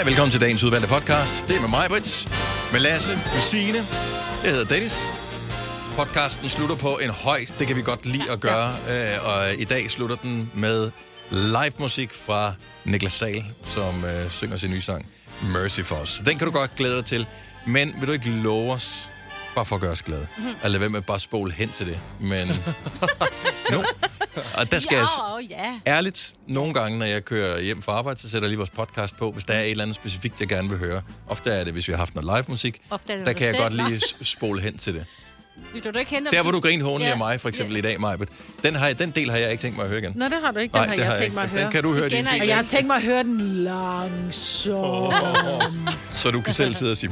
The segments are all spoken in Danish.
Hej, velkommen til dagens udvalgte podcast. Det er med mig, Brits, med Lasse, med Signe. Jeg hedder Dennis. Podcasten slutter på en høj, det kan vi godt lide at gøre. Og i dag slutter den med live musik fra Niklas Sahl, som synger sin nye sang, Mercy for os. Den kan du godt glæde dig til. Men vil du ikke love os, bare for at gøre os glade? Og lad være med bare spole hen til det. Men nu... Og der skal jeg ærligt, nogle gange, når jeg kører hjem fra arbejde, så sætter jeg lige vores podcast på, hvis der er et eller andet specifikt, jeg gerne vil høre. Ofte er det, hvis vi har haft noget live musik, der kan jeg godt lige spole hen til det. Der, hvor du griner hånden af mig, for eksempel i dag, Majbet, den del har jeg ikke tænkt mig at høre igen. Nå, det har du ikke. Den har jeg tænkt mig at høre. Den kan du høre din. Og jeg har tænkt mig at høre den langsomt. Så du kan selv sidde og sige...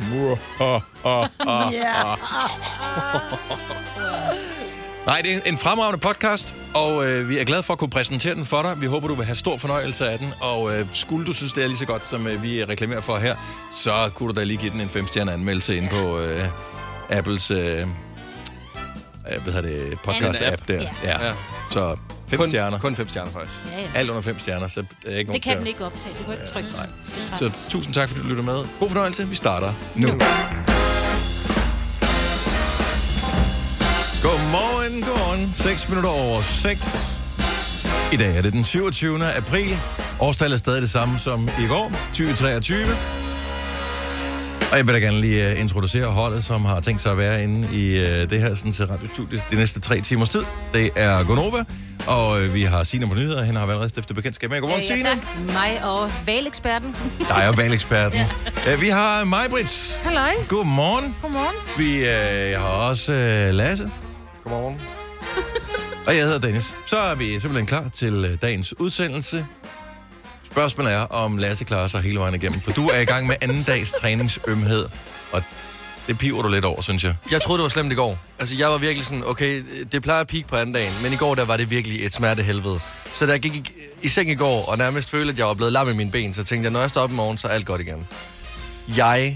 Nej, det er en fremragende podcast, og vi er glade for at kunne præsentere den for dig. Vi håber, du vil have stor fornøjelse af den, og skulle du synes, det er lige så godt, som vi reklamerer for her, så kunne du da lige give den en 5-stjerne anmeldelse inde på Apples podcast-app der. Ja. Så 5 stjerner. Kun 5 stjerner, faktisk. Ja. Alt under 5 stjerner, så er ikke nogen det kan den ikke optage. Du kan ikke trykke. Nej. Så tusind tak, fordi du lytter med. God fornøjelse. Vi starter nu. Godmorgen. 6 minutter over 6. I dag er det den 27. april. Årstallet er stadig det samme som i går, 2023. Og jeg vil da gerne lige introducere holdet, som har tænkt sig at være inde i det her sådan, radiostudie de næste 3 timers tid. Det er Gonova, og vi har Signe på nyheder. Hende har været allerede stiftet bekendtskab med. Godmorgen, Signe. Tak. Mig og valgeksperten. Dig og valgeksperten. Ja. Vi har mig, Brits. Halløj. Godmorgen. Godmorgen. Vi har også Lasse. Godmorgen. Og jeg hedder Dennis. Så er vi simpelthen klar til dagens udsendelse. Spørgsmålet er, om Lasse klarer sig hele vejen igennem. For du er i gang med anden dags træningsømhed, og det piver du lidt over, synes jeg. Jeg troede, det var slemt i går. Altså, jeg var virkelig sådan, okay, det plejer at peak på anden dagen, men i går, der var det virkelig et smertehelvede. Så da jeg gik i seng i går, og nærmest følte, at jeg var blevet lam i mine ben, så tænkte jeg, når jeg står op i morgen, så er alt godt igen. Jeg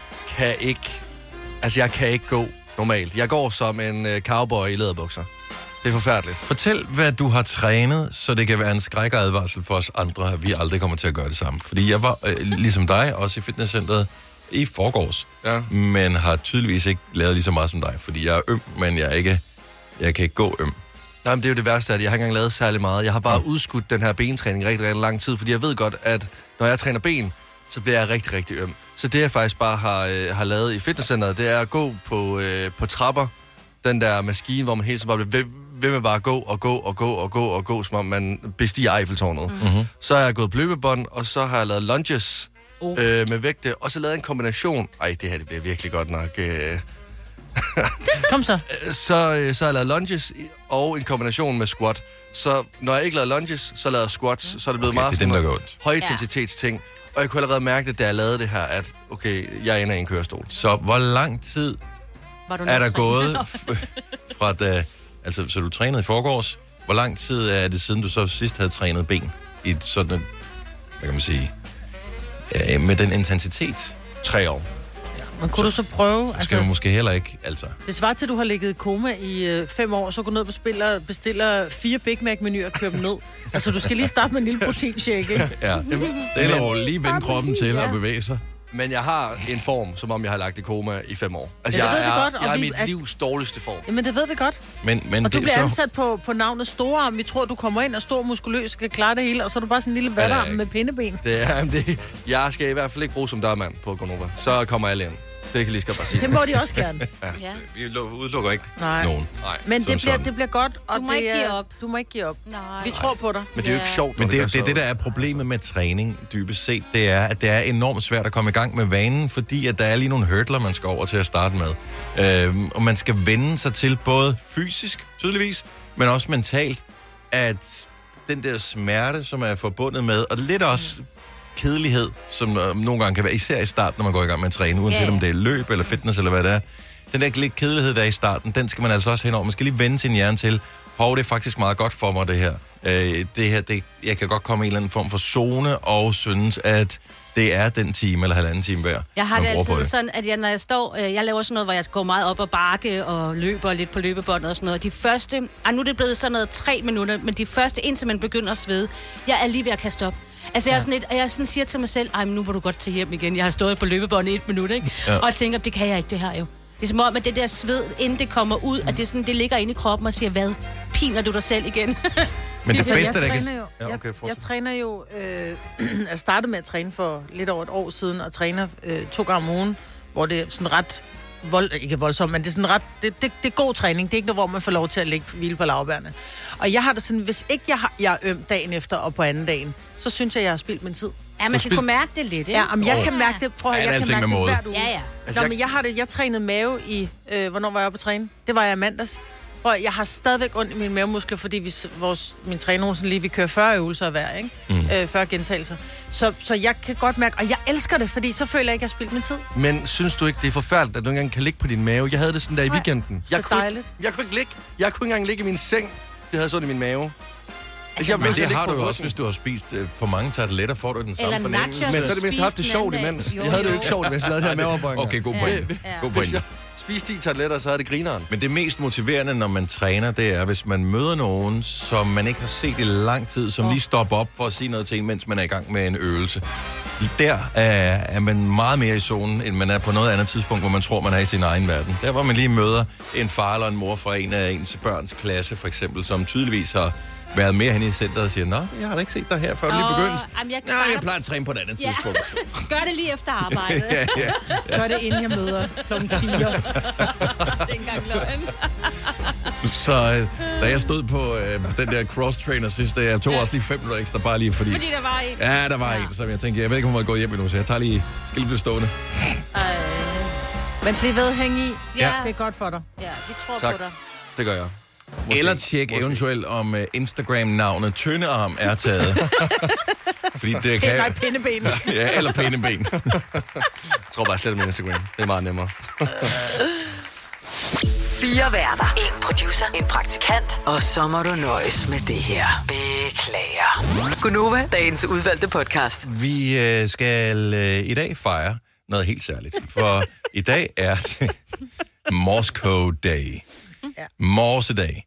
kan ikke gå normalt. Jeg går som en cowboy i læderbukser. Det er forfærdeligt. Fortæl, hvad du har trænet, så det kan være en skrækadvarsel for os andre, at vi aldrig kommer til at gøre det samme. Fordi jeg var, ligesom dig, også i fitnesscenteret i forgårs, men har tydeligvis ikke lavet lige så meget som dig. Fordi jeg er øm, men jeg kan ikke gå øm. Nej, men det er jo det værste, at jeg har ikke engang lavet særlig meget. Jeg har bare udskudt den her bentræning rigtig, rigtig lang tid, fordi jeg ved godt, at når jeg træner ben, så bliver jeg rigtig, rigtig øm. Så det, jeg faktisk bare har lavet i fitnesscenteret, det er at gå på trapper, den der maskine, hvor man hele tiden bare bliver ved med bare at gå, som om man bestiger Eiffeltårnet. Mm-hmm. Så har jeg gået på løbebånd, og så har jeg lavet lunges med vægte, og så lavet en kombination. Ej, det her det bliver virkelig godt nok. Kom så. Så har jeg lavet lunges og en kombination med squat. Så når jeg ikke lavede lunges, så lavede jeg squats, så er det blevet meget højintensitetsting. Og jeg kunne allerede mærke, at da jeg lavede det her, at okay, jeg ender i en kørestol. Så hvor lang tid er der gået fra da... Altså, så du trænede i forgårs. Hvor lang tid er det, siden du så sidst havde trænet ben i sådan en, hvad kan man sige, med den intensitet? 3 år. Ja, men kunne du så prøve... Det skal man måske heller ikke, altså. Det svarer til, at du har ligget i koma i 5 år, så gå ned og bestiller 4 Big Mac-menuer og kører dem ned. Altså, du skal lige starte med en lille proteinshake, ikke? Ja. Det er jo lige vende kroppen til at bevæge sig. Men jeg har en form, som om jeg har lagt i koma i 5 år. Altså, jeg er i mit livs dårligste form. Jamen, det ved vi godt. Men og du bliver ansat på navnet Storarm. Vi tror, du kommer ind og stor muskuløs skal klare det hele, og så er du bare sådan en lille vatterarm med pindeben. Jeg skal i hvert fald ikke bruge som dørmand på Gonova. Så kommer alle ind. Det kan lige skal bare sige. Det må de også gerne. Ja. Vi udelukker ikke nogen. Nej. Men det bliver godt, og du må ikke give op. Du må ikke give op. Nej. Vi tror på dig. Men det er jo ikke sjovt. Men det der er problemet med træning, dybest set, det er, at det er enormt svært at komme i gang med vanen, fordi at der er lige nogle hurdler, man skal over til at starte med. Og man skal vende sig til både fysisk, tydeligvis, men også mentalt, at den der smerte, som er forbundet med, og lidt også kedelighed, som nogle gange kan være, især i starten, når man går i gang med at træne, uanset om det er løb eller fitness eller hvad det er. Den der lidt kedelighed, der er i starten, den skal man altså også henover. Man skal lige vende sin hjerne til, det er faktisk meget godt for mig, det her. Jeg kan godt komme i en eller anden form for zone og synes, at det er den time eller halvanden time værd. Jeg har det altid sådan, at når jeg står... Jeg laver sådan noget, hvor jeg går meget op og bakke og løber lidt på løbebåndet og sådan noget. De første... nu er det blevet sådan noget 3 minutter, men de første, indtil man begynder at svede, jeg er lige ved at kaste op. Altså, jeg sådan siger til mig selv, ej, men nu må du godt tage hjem igen. Jeg har stået på løbebåndet i 1 minut, ikke? Ja. Og tænker, det kan jeg ikke, det her jo. Det er som om, at det der sved, inden det kommer ud, at det, sådan, det ligger inde i kroppen og siger, hvad? Piner du dig selv igen? Men det bedste, der kan... Jeg træner jo... jeg startede med at træne for lidt over et år siden, og træner 2 gange om ugen, hvor det er sådan ret... ikke voldsomt, men det er sådan ret... Det er god træning. Det er ikke noget, hvor man får lov til at ligge hvile på laurbærrene. Og jeg har det sådan, hvis ikke jeg er øm dagen efter og på anden dagen, så synes jeg har spildt min tid. Ja, man skal kunne mærke det lidt, ikke? Ja, om jeg kan mærke det. Prøv at jeg kan mærke det hvert uge. Ja. Altså, men jeg trænede mave i... hvornår var jeg oppe at træne? Det var jeg i mandags. Prøv, jeg har stadigvæk ondt i mine mavemuskler, fordi min træner sådan lige, vi kører 40 øvelser hver, ikke? 40 gentagelser. Så jeg kan godt mærke, og jeg elsker det, fordi så føler jeg ikke, at jeg har spildt min tid. Men synes du ikke, det er forfærdeligt, at du ikke engang kan ligge på din mave? Jeg havde det sådan der i weekenden. Jeg kunne ikke engang ligge i min seng. Det havde sådan i min mave. Men det har du jo også, hvis du har spist for mange tarteletter, får du den samme fornemmelse. Men så er det mindst haft det sjovt imens. Jeg havde det jo ikke sjovt, hvis jeg lavede det her mavearbejde. Okay, god point. God point. Spis 10 tarteletter, så er det grineren. Men det mest motiverende, når man træner, det er, hvis man møder nogen, som man ikke har set i lang tid, som lige stopper op for at sige noget til en, mens man er i gang med en øvelse. Der er man meget mere i zonen, end man er på noget andet tidspunkt, hvor man tror, man er i sin egen verden. Der, hvor man lige møder en far eller en mor fra en af ens børns klasse, for eksempel, som tydeligvis har været mere hen i centret og siger, nå, jeg har da ikke set dig her, før du lige begyndt. Jeg plejer at træne på et andet tidspunkt. Gør det lige efter arbejdet. Gør det, inden jeg møder klokken 4. Det er ikke engang løgn. Så da jeg stod på den der cross-trainer sidste, jeg tog også lige 5 minutter ekstra, bare lige fordi... Fordi der var en. Ja, der var en, som jeg tænkte, jeg ved ikke, om jeg må gå hjem endnu, så jeg tager lige, skal lige blive stående. Men bliv ved, hæng i. Ja. Det er godt for dig. Ja, vi tror på dig. Det gør jeg. Eller tjek eventuelt, om Instagram-navnet Tyndearm er taget. Fordi det kan... Nej, pindeben. Ja, eller pindeben. Jeg tror bare slet med Instagram. Det er meget nemmere. 4 værter. 1 producer. En praktikant. Og så må du nøjes med det her. Beklager. Gunova, dagens udvalgte podcast. Vi skal i dag fejre noget helt særligt. For i dag er det Morse Code Day. Ja. Morsedag.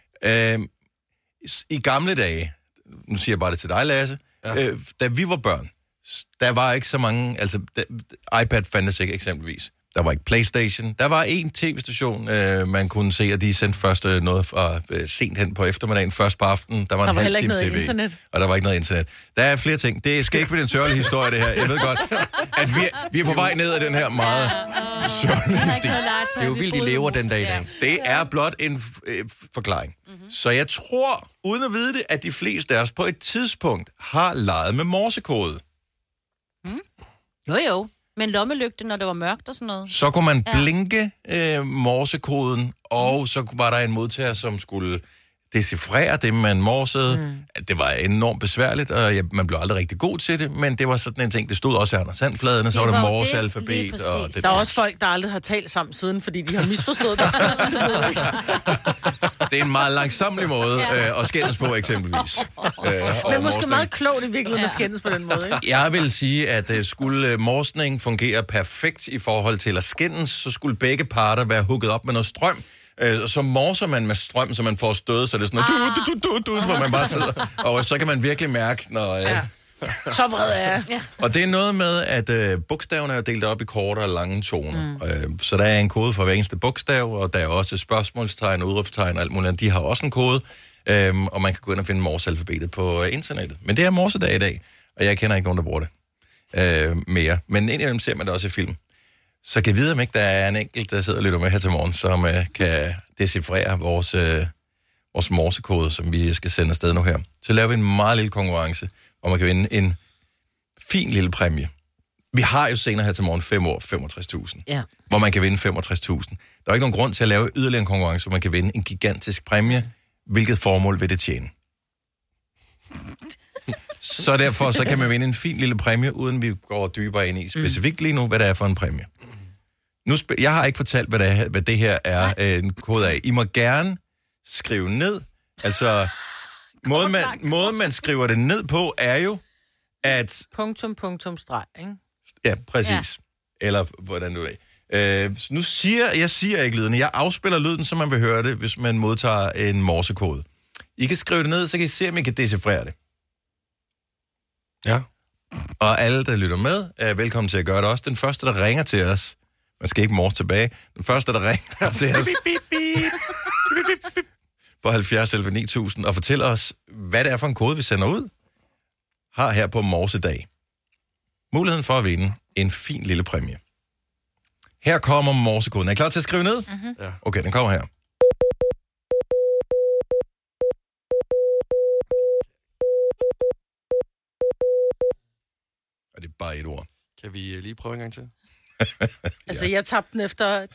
I gamle dage, nu siger jeg bare det til dig, Lasse, da vi var børn, der var ikke så mange, altså iPad fandtes ikke eksempelvis. Der var ikke PlayStation. Der var en tv-station, man kunne se, at de sendte først noget fra sent hen på eftermiddagen, først på aftenen. Der var en halv time tv. Internet. Og der var ikke noget internet. Der er flere ting. Det skal ikke blive en sørgelig historie, det her. Jeg ved godt. Altså, vi er på vej ned ad den her meget sørgelige sti. Det er jo vildt, de lever den dag i dag. Det er blot en forklaring. Mm-hmm. Så jeg tror, uden at vide det, at de fleste af os på et tidspunkt har leget med morsekode. Mm. Jo. Men lommelygte, når det var mørkt og sådan noget. Så kunne man blinke morsekoden, og så var der en modtager, som skulle decifrere det, man morsede. Det var enormt besværligt, og man blev aldrig rigtig god til det, men det var sådan en ting, det stod også i Anders Sand-pladerne, så var der morsealfabet. Og det der er også folk, der aldrig har talt sammen siden, fordi de har misforstået beskeden. Det er en meget langsomlig måde at skændes på, eksempelvis. Men måske meget klogt i virkeligheden at skændes på den måde, ikke? Jeg vil sige, at skulle morsning fungere perfekt i forhold til at skændes, så skulle begge parter være hugget op med noget strøm. Og så morser man med strøm, så man får stød, så det er sådan noget, hvor man bare sidder. Og så kan man virkelig mærke, når... Så vred er jeg. Og det er noget med, at bogstaverne er delt op i korte og lange toner. Så der er en kode for hver eneste bogstav, og der er også spørgsmålstegn, udråbstegn og alt muligt. De har også en kode, og man kan gå ind og finde morsealfabetet på internettet. Men det er morsedag i dag, og jeg kender ikke nogen, der bruger det mere. Men indimellem ser man det også i film. Så kan jeg vide, om ikke der er en enkelt, der sidder og lytter med her til morgen, som kan decifrere vores morsekode, som vi skal sende afsted nu her. Så laver vi en meget lille konkurrence, hvor man kan vinde en fin lille præmie. Vi har jo senere her til morgen 5 år 65.000, hvor man kan vinde 65.000. Der er ikke nogen grund til at lave yderligere en konkurrence, hvor man kan vinde en gigantisk præmie. Hvilket formål vil det tjene? Så derfor så kan man vinde en fin lille præmie, uden vi går dybere ind i specifikt lige nu, hvad det er for en præmie. Jeg har ikke fortalt, hvad det her er en kode af. I må gerne skrive ned. Altså, måden man skriver det ned på, er jo, at... Streg, ikke? Ja, præcis. Ja. Eller hvordan du er. Nu jeg siger ikke lyden. Jeg afspiller lyden, så man vil høre det, hvis man modtager en morsekode. I kan skrive det ned, så kan I se, om I kan decifrere det. Ja. Og alle, der lytter med, er velkommen til at gøre det også. Den første, der ringer til os, man skal ikke morse tilbage, den første, der ringer til os på 70 11 9000 og fortæller os, hvad det er for en kode, vi sender ud, har her på morsedag muligheden for at vinde en fin lille præmie. Her kommer morsekoden. Er I klar til at skrive ned? Mm-hmm. Ja. Okay, den kommer her. Og det er bare et ord. Kan vi lige prøve en gang til? Altså, jeg tabte den efter...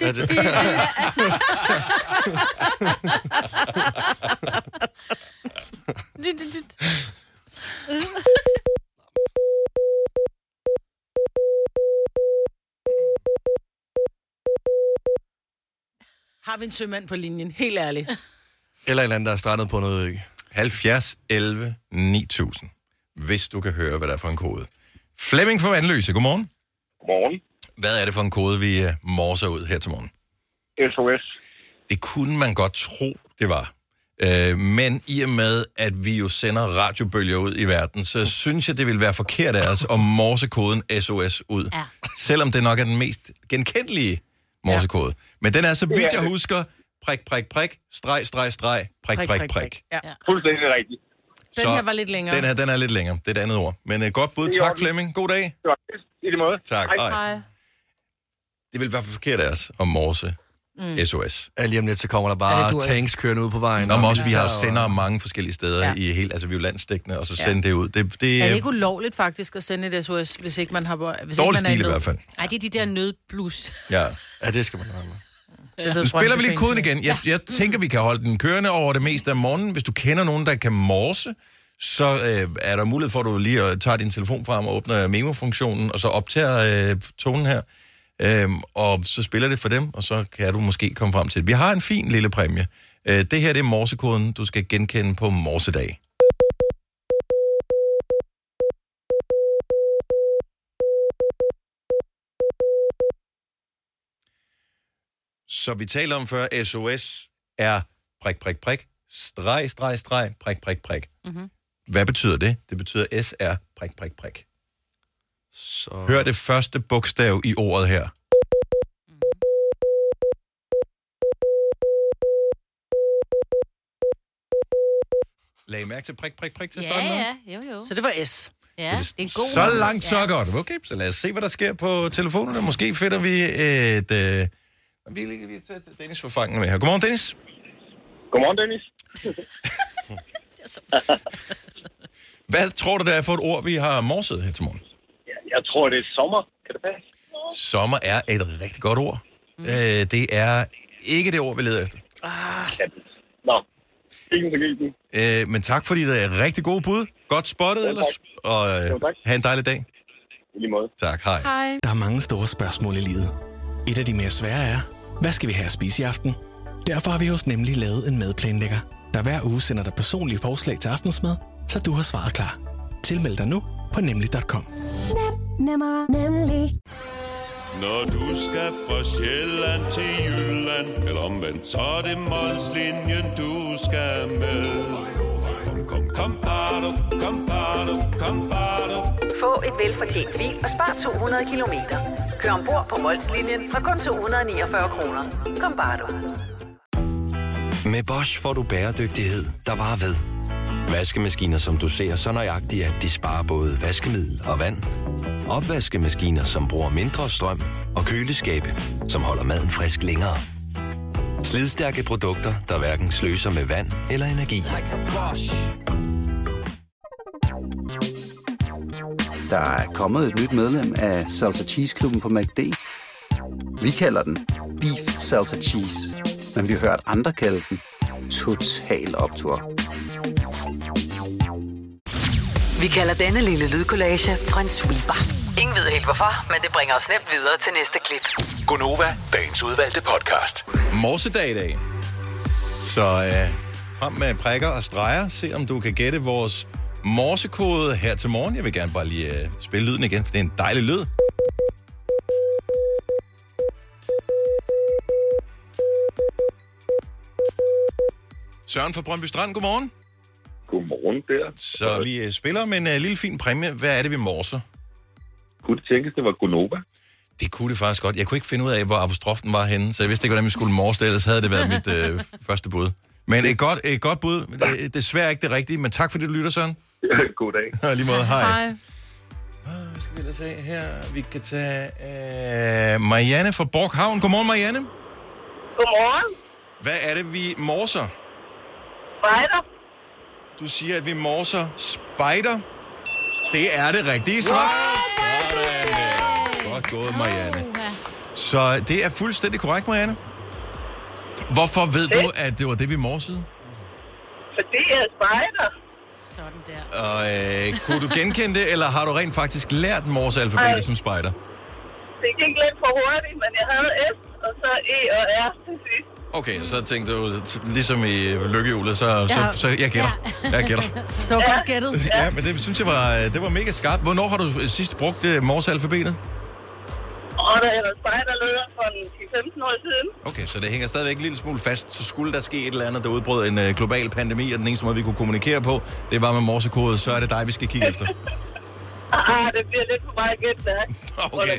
Har vi en sømand på linjen? Helt ærligt. Eller en eller anden, der er strandet på noget ø. 70 11 9000. Hvis du kan høre, hvad der er for en kode. Flemming fra Vandløse, godmorgen. Godmorgen. Hvad er det for en kode, vi morser ud her til morgen? SOS. Det kunne man godt tro, det var. Men i og med, at vi jo sender radiobølger ud i verden, så synes jeg, det ville være forkert af os at morse koden SOS ud. Ja. Selvom det nok er den mest genkendelige morsekode. Men den er, så vidt jeg husker, prik, prik, prik, streg, streg, streg, prik, prik, prik. Ja. Fuldstændig rigtigt. Den her var lidt længere. Den er lidt længere. Det er et andet ord. Men godt bud. Tak, Flemming. God dag. Det var i det måde. Tak. Hej. Det vil være forkert af os at morse SOS. Lige om lidt, så kommer der bare tanks kørende ud på vejen. Nå, men også, vi har sender mange forskellige steder i hele... Altså, vi er jo landsdækkende, og så sende det ud. Det er det ikke ulovligt faktisk at sende et SOS, hvis ikke man har... Dårlig stil i hvert fald. Nej, det er de der nødblus. Ja, det skal man have med. Nu spiller vi lige koden igen. Jeg tænker, vi kan holde den kørende over det meste af morgenen. Hvis du kender nogen, der kan morse, så er der mulighed for, at du lige tager din telefon frem og åbner memo-funktionen, og så optager tonen her. Og så spiller det for dem, og så kan du måske komme frem til det. Vi har en fin lille præmie. Det her, det er morsekoden, du skal genkende på morsedag. Så vi taler om før, SOS er prik, prik, prik, streg, streg, streg, prik, prik, prik. Mm-hmm. Hvad betyder det? Det betyder SR, prik, prik, prik. Så... Hør det første bogstav i ordet her. Lag I mærke til prik, prik, prik til at starte med? Ja, jo. Så det var S. Ja, det er en god Så langt, så godt. Okay, så lad os se, hvad der sker på telefonerne. Måske finder vi et... Vi tager Dennis for fangen med her. Godmorgen, Dennis. Godmorgen, Dennis. Hvad tror du, der er for et ord, vi har morset her til morgen? Jeg tror, det er sommer. Kan det passe? Sommer er et rigtig godt ord. Det er ikke det ord, vi leder efter. Nå, ikke så gik den. Men tak, fordi det er rigtig gode bud. Godt spottet ellers. Og have en dejlig dag. I lige måde. Tak, hej. Hej. Der er mange store spørgsmål i livet. Et af de mere svære er, hvad skal vi have at spise i aften? Derfor har vi hos Nemlig lavet en madplanlægger, der hver uge sender dig personlige forslag til aftensmad, så du har svaret klar. Tilmeld dig nu på nemlig.com. Nemmer, nemlig. Når du skal fra Sjælland til Jylland, eller omvendt, så er det Molslinjen, du skal med. Kom, bado, kom, bado, kom, bado. Få et velfortjent bil og spar 200 kilometer. Kør ombord på Molslinjen fra kun 249 kroner. Kom bare du. Med Bosch får du bæredygtighed, der varer ved. Vaskemaskiner, som du ser så nøjagtigt, at de sparer både vaskemiddel og vand. Opvaskemaskiner, som bruger mindre strøm. Og køleskabe, som holder maden frisk længere. Slidstærke produkter, der hverken sløser med vand eller energi. Der er kommet et nyt medlem af Salsa Cheese Klubben på McD. Vi kalder den Beef Salsa Cheese, men vi har hørt andre kalde den Total Optur. Vi kalder denne lille lydkollage en sweeper. Ingen ved helt hvorfor, men det bringer os nemt videre til næste klip. Gonova, dagens udvalgte podcast. Morsedag i dag. Så frem med prikker og streger. Se om du kan gætte vores morsekode her til morgen. Jeg vil gerne bare lige spille lyden igen, for det er en dejlig lyd. Søren fra Brøndby Strand, godmorgen. Godmorgen der. Så vi spiller om en lille fin præmie. Hvad er det, vi morser? Kunne det tænkes, det var Gonova? Det kunne det faktisk godt. Jeg kunne ikke finde ud af, hvor apostrofen var henne, så jeg vidste ikke, hvordan vi skulle morse det, ellers havde det været mit første bud. Men et godt bud. Det er desværre ikke det rigtige, men tak fordi du lytter, Søren. God dag. Og lige måde, hej. Hej. Hvad skal vi ellers se her? Vi kan tage Marianne fra Borghavn. Godmorgen, Marianne. Godmorgen. Hvad er det, vi morser? Spider. Du siger, at vi morser spider. Det er det rigtige svar. Sådan. Godt gået, Marianne. Så det er fuldstændig korrekt, Marianne. Hvorfor ved du, at det var det, vi morsede? For det er spider. Sådan der. Og kunne du genkende det, eller har du rent faktisk lært morsealfabetet som spider? Det gik lidt for hurtigt, men jeg havde S, og så E og R til sidst. Okay, så tænkte du, ligesom i lykkehjulet, så jeg gætter. Jeg gætter. Det var godt gættet. Ja, men det synes jeg var mega skarpt. Hvornår har du sidst brugt morsealfabetet? Og da jeg var spejderleder for 10-15 år siden. Okay, så det hænger stadigvæk en lille smule fast. Så skulle der ske et eller andet, der udbrød en global pandemi, og den eneste måde, vi kunne kommunikere på, det var med morsekode, så er det dig, vi skal kigge efter. Det bliver lidt for meget gæt, der. Okay.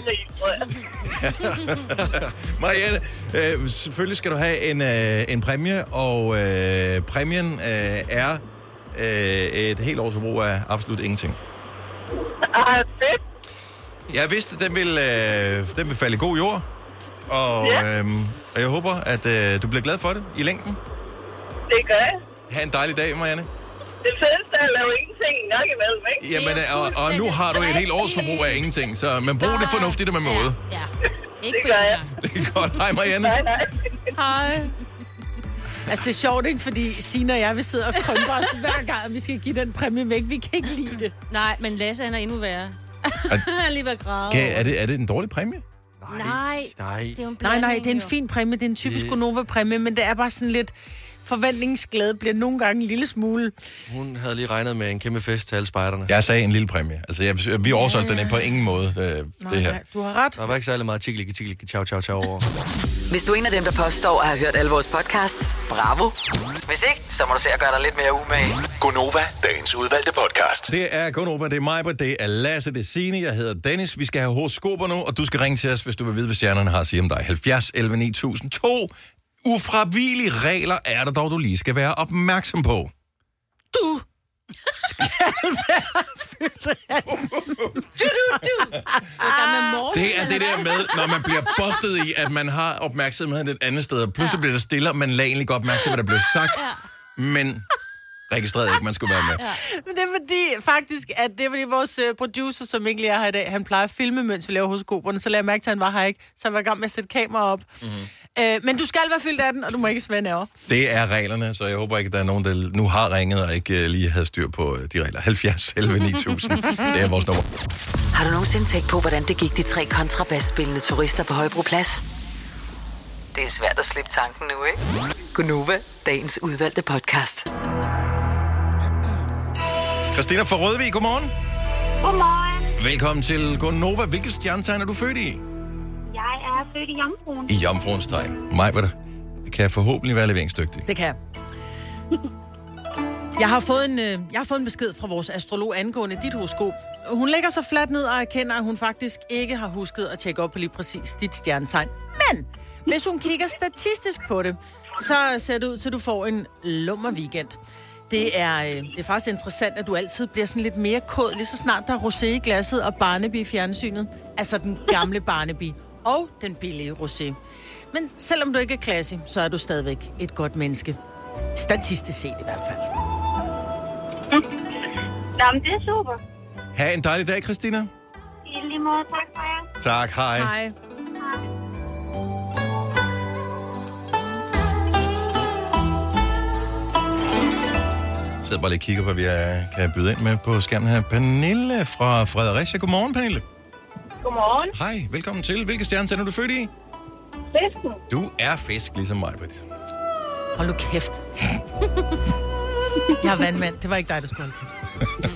Marianne, selvfølgelig skal du have en præmie, og præmien er et helt års forbrug af absolut ingenting. Fedt. Jeg vidste, at den vil falde i god jord, og jeg håber, at du bliver glad for det i længden. Det gør jeg. Ha' en dejlig dag, Marianne. Det fedeste er at lave ingenting nok imellem, ikke? Jamen, og nu har du et helt års forbrug af ingenting, så man bruger det fornuftigt og med måde. Ja. Ikke det gør jeg. Det er godt. Hej, Marianne. Nej. Hej. Altså, det er sjovt, ikke? Fordi Signe og jeg vil sidde og krympe os hver gang, at vi skal give den præmie væk. Vi kan ikke lide det. Nej, men Lasse, han er endnu værre. Han er lige ved at græde. Er det en dårlig præmie? Nej. Det er jo en Nej, det er en fin præmie. Det er en typisk Gonova-præmie, men det er bare sådan lidt... Forventningsglæde bliver nogle gange en lille smule. Hun havde lige regnet med en kæmpe fest til alle spejderne. Jeg sagde en lille præmie. Altså, vi oversolgte den på ingen måde, det her. Nej, du har ret. Der var ikke særlig meget tikkelig, ciao over. Hvis du er en af dem, der påstår at have hørt alle vores podcasts, bravo. Hvis ikke, så må du se at gøre dig lidt mere umage. Gonova, dagens udvalgte podcast. Det er Gonova, det er mig, det er Lasse, det er Signe, jeg hedder Dennis. Vi skal have horoskoper nu, og du skal ringe til os, hvis du vil vide, hvad stjernerne har at sige om dig. 70 11 9000 2. Ufravigelige regler er der dog, du lige skal være opmærksom på. Du skal være fyldt af. Det er det der med, når man bliver bustet i, at man har opmærksomheden et andet sted, og pludselig bliver det stille, og man lader egentlig godt mærke til, hvad der blev sagt, men registreret ikke, man skulle være med. Men det er fordi vores producer, som ikke lige er her i dag, han plejer at filme, mens vi laver horoskoperne, så lader jeg mærke til, at han var her ikke, så jeg var i gang med at sætte kamera op. Men du skal være fyldt af den, og du må ikke svære nerver. Det er reglerne, så jeg håber ikke, at der er nogen, der nu har ringet og ikke lige havde styr på de regler. 70 11 9000, det er vores nummer. Har du nogensinde tænkt på, hvordan det gik de 3 kontrabasspillende turister på Højbroplads? Det er svært at slippe tanken nu, ikke? Gonova, dagens udvalgte podcast. Christina fra Rødvig, godmorgen. Godmorgen. Velkommen til Gonova. Hvilket stjernetegn er du født i? Jeg er født i Jomfruen. I Jomfruens tegn. Majbert, kan jeg forhåbentlig være leveringsdygtig? Det kan jeg. Jeg har fået en besked fra vores astrolog angående dit horoskop. Hun lægger sig fladt ned og erkender, at hun faktisk ikke har husket at tjekke op på lige præcis dit stjernetegn. Men hvis hun kigger statistisk på det, så ser det ud til, at du får en lummer weekend. Det er faktisk interessant, at du altid bliver sådan lidt mere kåd, lige så snart der er rosé i glasset og Barnaby i fjernsynet. Altså den gamle Barnaby og den billige rosé. Men selvom du ikke er classy, så er du stadigvæk et godt menneske. Statistisk set i hvert fald. Nå, men det er super. Ha' en dejlig dag, Christina. I lige måde, tak for jer. Tak, hej. Hej. Jeg sidder bare lige og kigger på, hvad vi kan byde ind med på skærmen her. Pernille fra Fredericia. Godmorgen, Pernille. Godmorgen. Hej, velkommen til. Hvilke stjernetegn er du født i? Fisken. Du er fisk, ligesom mig, Britt. Hold nu kæft. Jeg er vandmand. Det var ikke dig, der skulle holde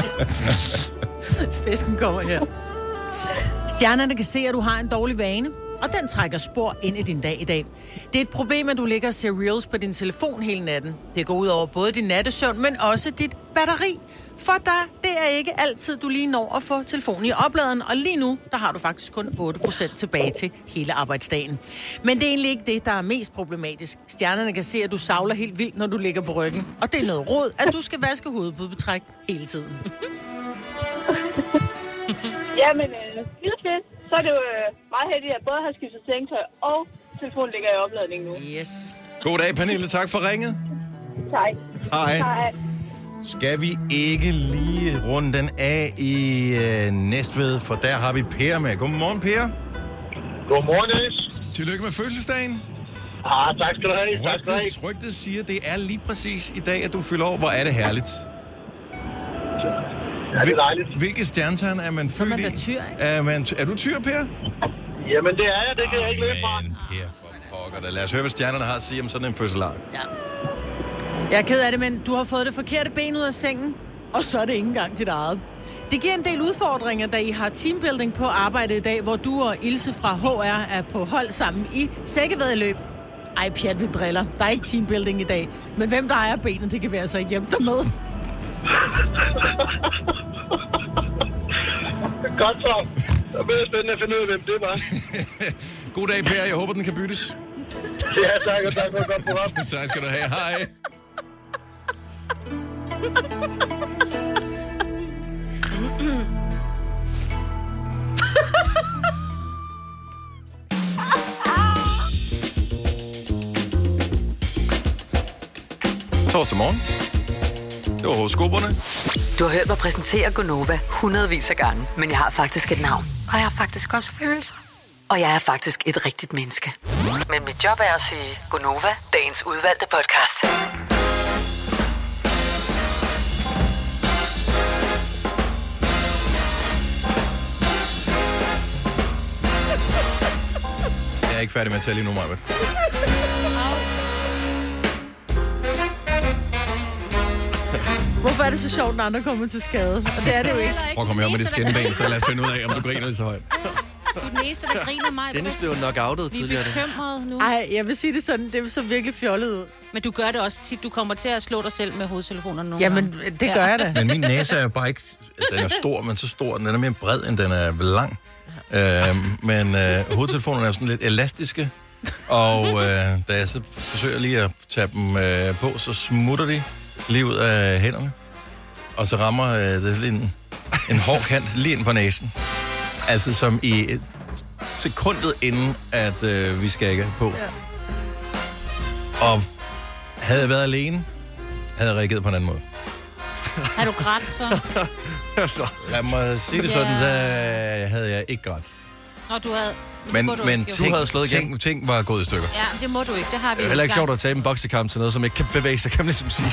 kæft. Fisken kommer her. Stjernerne kan se, at du har en dårlig vane. og den trækker spor ind i din dag i dag. Det er et problem, at du ligger og ser reels på din telefon hele natten. Det går ud over både din nattesøvn, men også dit batteri. For det er ikke altid, du lige når at få telefonen i opladeren, og lige nu, der har du faktisk kun 8% tilbage til hele arbejdsdagen. Men det er egentlig ikke det, der er mest problematisk. Stjernerne kan se, at du savler helt vildt, når du ligger på ryggen. Og det er noget råd, at du skal vaske hovedpudebetræk hele tiden. Jamen, skide fedt. Så er det jo meget heldigt, at både har skiftet sengetøj og telefonen ligger i opladning nu. Yes. God dag, Pernille. Tak for ringet. Tak. Hej. Hej. Skal vi ikke lige runde den af i Næstved, for der har vi Per med. Godmorgen, Per. Godmorgen, Dennis. Tillykke med fødselsdagen. Tak skal du have. Rygtet siger, det er lige præcis i dag, at du fylder år. Hvor er det herligt. Ja, det er dejligt. Hvilket stjernetegn er man født i? Så er man da tyr, ikke? Er du tyr, Per? Jamen, det er jeg. Det kan jeg ikke løbe fra. Per, for pokker da. Lad os høre, hvad stjernerne har at sige om sådan en fødselar. Ja. Jeg er ked af det, men du har fået det forkerte ben ud af sengen, og så er det ikke engang dit eget. Det giver en del udfordringer, da I har teambuilding på arbejdet i dag, hvor du og Ilse fra HR er på hold sammen i sækkevæddeløb. Ej, pjat, vi driller. Der er ikke teambuilding i dag. Men hvem der ejer benet, det kan vi altså ikke hjælpe dig med. Godt så. Så bliver det spændende at finde ud af, hvem det var. God dag, Per. Jeg håber, den kan byttes. Ja, tak, og tak for et godt program. Tak skal du have. Hej. Torsdag morgen. Det var horoskoperne. Du har hørt mig præsentere Gonova hundredvis af gange, men jeg har faktisk et navn. Og jeg har faktisk også følelser. Og jeg er faktisk et rigtigt menneske. Men mit job er at sige Gonova, dagens udvalgte podcast. Jeg er ikke færdig med at tælle endnu, Majbert. Hvorfor er det så sjovt, når andre kommer til skade? Og det er det jo ikke. Prøv at komme her med det skinben, så lad os finde ud af, om du griner så højt. Du er den eneste, der griner mig. Dennis blev nok outet tidligere. Vi er bekymrede nu. Ej, jeg vil sige det sådan, det er så virkelig fjollet ud. Men du gør det også tit. Du kommer til at slå dig selv med hovedtelefonerne nogle Jamen, det gør jeg da. Men min næse er jo bare ikke... Den er stor, men så stor. Den er mere bred, end den er lang. Men hovedtelefonerne er sådan lidt elastiske. Og da jeg så forsøger lige at tage dem på, så smutter de lige ud af hænderne. Og så rammer det lige en hård kant lige ind på næsen. Altså som i sekundet inden, at vi skal ikke på. Ja. Og havde jeg været alene, havde jeg reageret på en anden måde. Er du grædt så? Lad mig sige det sådan, så havde jeg ikke grædt. Nå, du havde... Men ting var gået i stykker. Ja, det må du ikke. Det har vi jo. Det er heller ikke sjovt at tabe en boksekamp til noget, som ikke kan bevæge sig, kan man ligesom sige.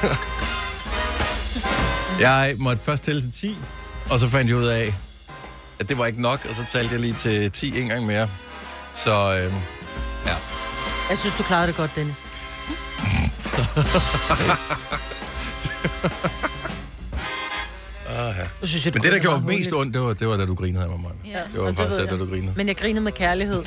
Jeg måtte først tælle til 10, og så fandt jeg ud af, at det var ikke nok, og så talte jeg lige til 10 en gang mere. Så, ja. Jeg synes, du klarede det godt, Dennis. Ja. Synes, men det, der gjorde mest ondt, det var da du grinede af mig. Ja, det var faktisk da du grinede. Men jeg grinede med kærlighed.